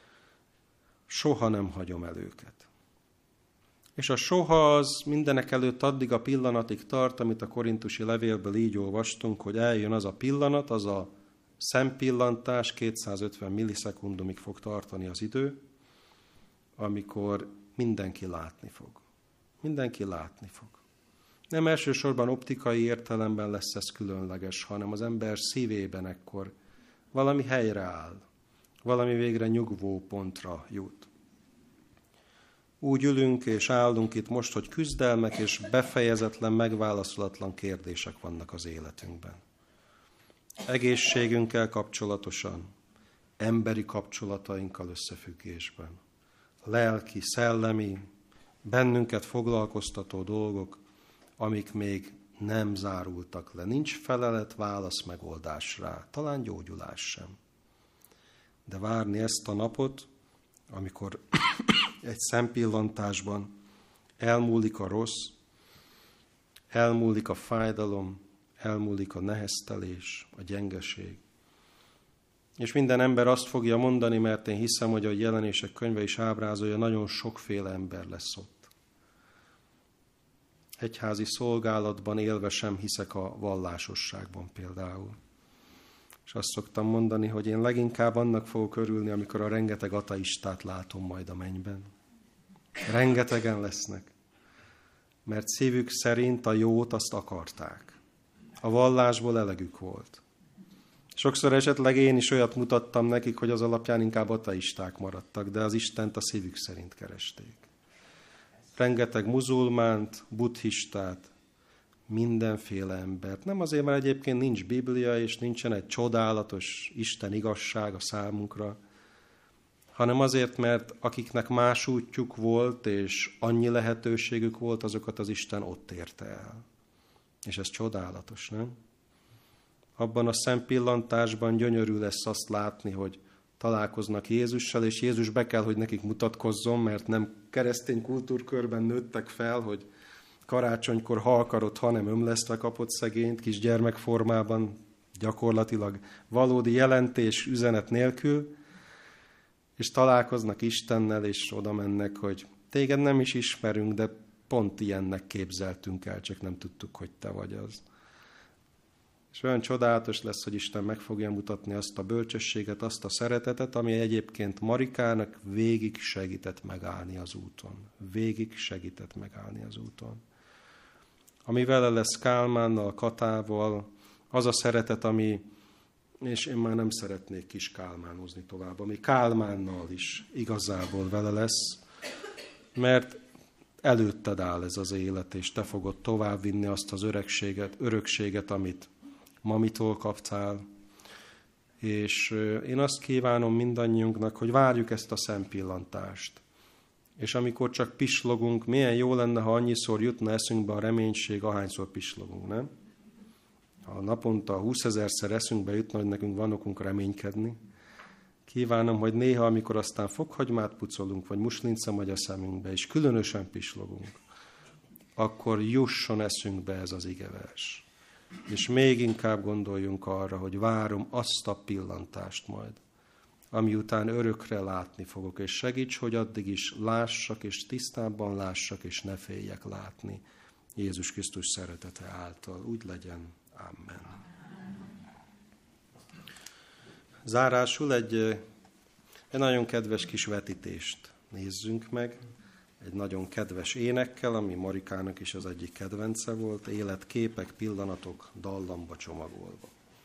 soha nem hagyom el őket. És a soha az mindenek előtt addig a pillanatig tart, amit a korintusi levélből így olvastunk, hogy eljön az a pillanat, az a szempillantás, kétszázötven millisekundumig fog tartani az idő, amikor mindenki látni fog. Mindenki látni fog. Nem elsősorban optikai értelemben lesz ez különleges, hanem az ember szívében ekkor valami helyre áll, valami végre nyugvó pontra jut. Úgy ülünk és állunk itt most, hogy küzdelmek és befejezetlen, megválaszolatlan kérdések vannak az életünkben. Egészségünkkel kapcsolatosan, emberi kapcsolatainkkal összefüggésben, lelki, szellemi, bennünket foglalkoztató dolgok, amik még nem zárultak le. Nincs felelet, válasz, megoldás rá, talán gyógyulás sem. De várni ezt a napot, amikor egy szempillantásban elmúlik a rossz, elmúlik a fájdalom, elmúlik a neheztelés, a gyengeség. És minden ember azt fogja mondani, mert én hiszem, hogy a Jelenések könyve is ábrázolja, nagyon sokféle ember lesz ott. Egyházi szolgálatban élve sem hiszek a vallásosságban például. És azt szoktam mondani, hogy én leginkább annak fogok örülni, amikor a rengeteg ateistát látom majd a mennyben. Rengetegen lesznek. Mert szívük szerint a jót azt akarták. A vallásból elegük volt. Sokszor esetleg én is olyat mutattam nekik, hogy az alapján inkább ateisták maradtak, de az Istent a szívük szerint keresték. Rengeteg muzulmánt, buddhistát, mindenféle embert. Nem azért, mert egyébként nincs Biblia, és nincsen egy csodálatos Isten igazsága számunkra, hanem azért, mert akiknek más útjuk volt, és annyi lehetőségük volt, azokat az Isten ott érte el. És ez csodálatos, nem? Abban a szempillantásban gyönyörű lesz azt látni, hogy találkoznak Jézussal, és Jézus be kell, hogy nekik mutatkozzon, mert nem keresztény kultúrkörben nőttek fel, hogy karácsonykor halkarot, hanem ömlesztve kapott szegényt, kis gyermekformában, gyakorlatilag valódi jelentés, üzenet nélkül, és találkoznak Istennel, és oda mennek, hogy téged nem is ismerünk, de pont ilyennek képzeltünk el, csak nem tudtuk, hogy te vagy az. És olyan csodálatos lesz, hogy Isten meg fogja mutatni azt a bölcsességet, azt a szeretetet, ami egyébként Marikának végig segített megállni az úton. Végig segített megállni az úton. Ami vele lesz Kálmánnal, Katával, az a szeretet, ami, és én már nem szeretnék kis kálmánozni tovább, ami Kálmánnal is igazából vele lesz, mert előtted áll ez az élet, és te fogod továbbvinni azt az öregséget, örökséget, amit mamitól kaptál. És én azt kívánom mindannyiunknak, hogy várjuk ezt a szempillantást. És amikor csak pislogunk, milyen jó lenne, ha annyiszor jutna eszünkbe a reménység, ahányszor pislogunk, nem? Ha naponta húszezerszer eszünkbe jutna, hogy nekünk van okunk reménykedni. Kívánom, hogy néha, amikor aztán fokhagymát pucolunk, vagy muslinca megy a szemünkbe, és különösen pislogunk, akkor jusson eszünkbe ez az igevers. És még inkább gondoljunk arra, hogy várom azt a pillantást majd, ami után örökre látni fogok, és segíts, hogy addig is lássak, és tisztábban lássak, és ne féljek látni Jézus Krisztus szeretete által. Úgy legyen. Amen. Zárásul egy, egy nagyon kedves kis vetítést nézzünk meg, egy nagyon kedves énekkel, ami Marikának is az egyik kedvence volt, életképek, pillanatok dallamba csomagolva.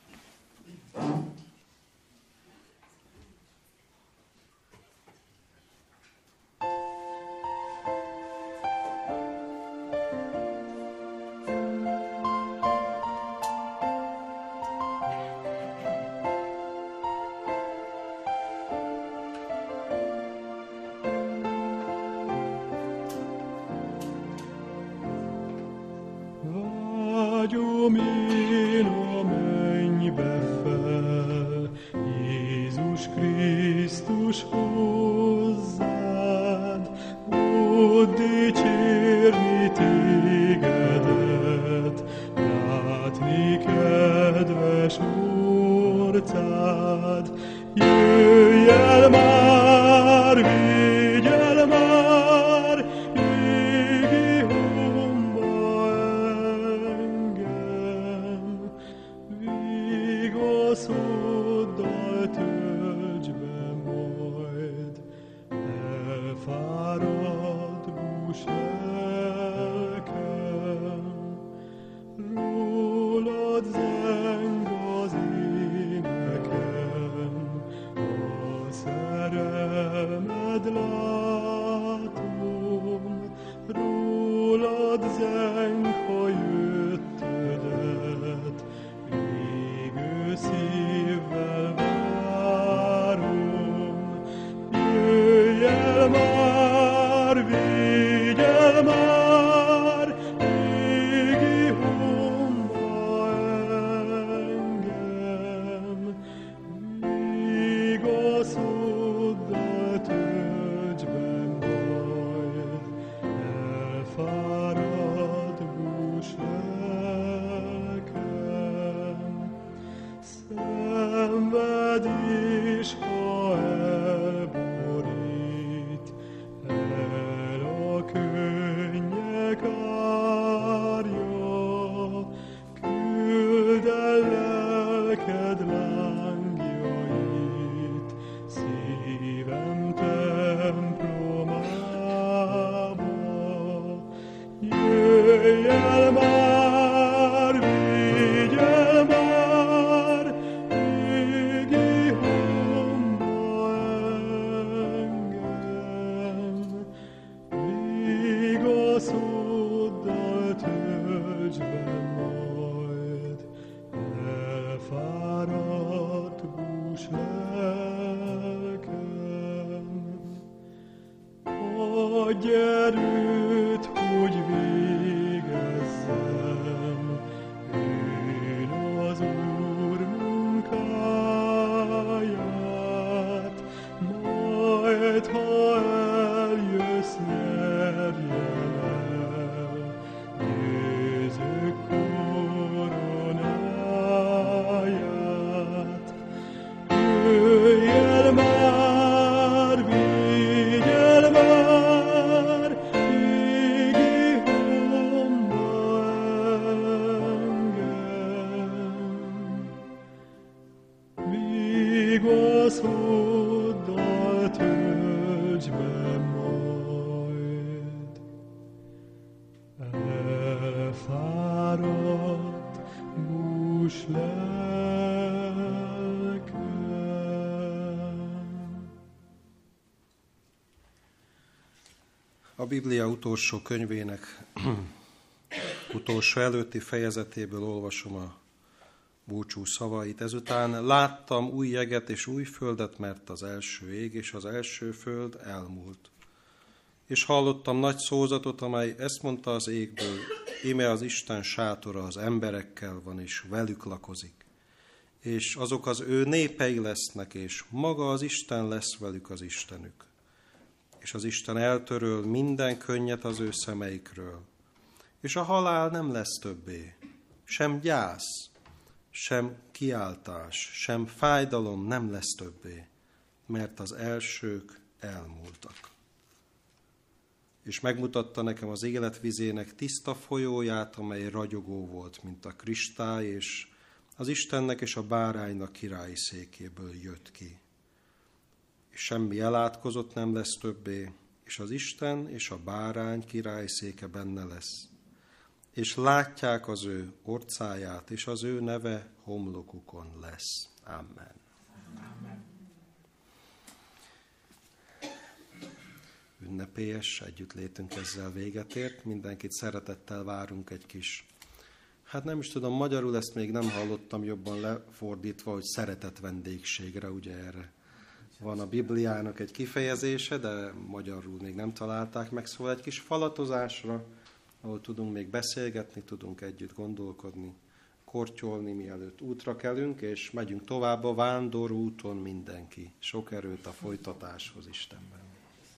Vágyom én a mennybe fel, Jézus Krisztus hozzád, ott dicsérni tégedet, látni kedves orcád, jöjj el már végre, bús lelkem, rólad zeng az énekem, a szerelmed látom, rólad zeng, ha jöttödet, égő szívvel várom. Jöjj el már, vigy el már, égi homba engem, vigaszoddal töltsd be majd, elfáradt bús lelkem. Szenvedés, ha elborít, el a könnyek árja, küld el lelked lángjait szívem templomába. Jöjj el már, vigy el már, égi homba engem, vigaszoddal töltsd be majd, elfáradt bús lelkem. Adj erőt, hogy végezzem én az Úr munkáját, majd ha eljössz, nyerjem el győzők koronáját. Jöjj el már, vigy el már, égi homba engem, vigaszoddal töltsd be majd, elfáradt bús lelkem.
A Biblia utolsó könyvének utolsó előtti fejezetéből olvasom a búcsú szavait. Ezután láttam új jeget és új földet, mert az első ég és az első föld elmúlt. És hallottam nagy szózatot, amely ezt mondta az égből, íme az Isten sátora az emberekkel van, és velük lakozik. És azok az ő népei lesznek, és maga az Isten lesz velük az Istenük. És az Isten eltöröl minden könnyet az ő szemeikről. És a halál nem lesz többé, sem gyász, sem kiáltás, sem fájdalom nem lesz többé, mert az elsők elmúltak. És megmutatta nekem az életvizének tiszta folyóját, amely ragyogó volt, mint a kristály, és az Istennek és a báránynak királyi székéből jött ki. És semmi elátkozott nem lesz többé, és az Isten és a bárány királyi széke benne lesz. És látják az ő orcáját, és az ő neve homlokukon lesz. Amen. Amen. Ünnepélyes együttlétünk ezzel véget ért. Mindenkit szeretettel várunk egy kis, hát nem is tudom, magyarul ezt még nem hallottam jobban lefordítva, hogy szeretet vendégségre, ugye erre van a Bibliának egy kifejezése, de magyarul még nem találták meg, szóval egy kis falatozásra, ahol tudunk még beszélgetni, tudunk együtt gondolkodni, kortyolni, mielőtt útra kelünk, és megyünk tovább a vándorúton mindenki. Sok erőt a folytatáshoz Istenben.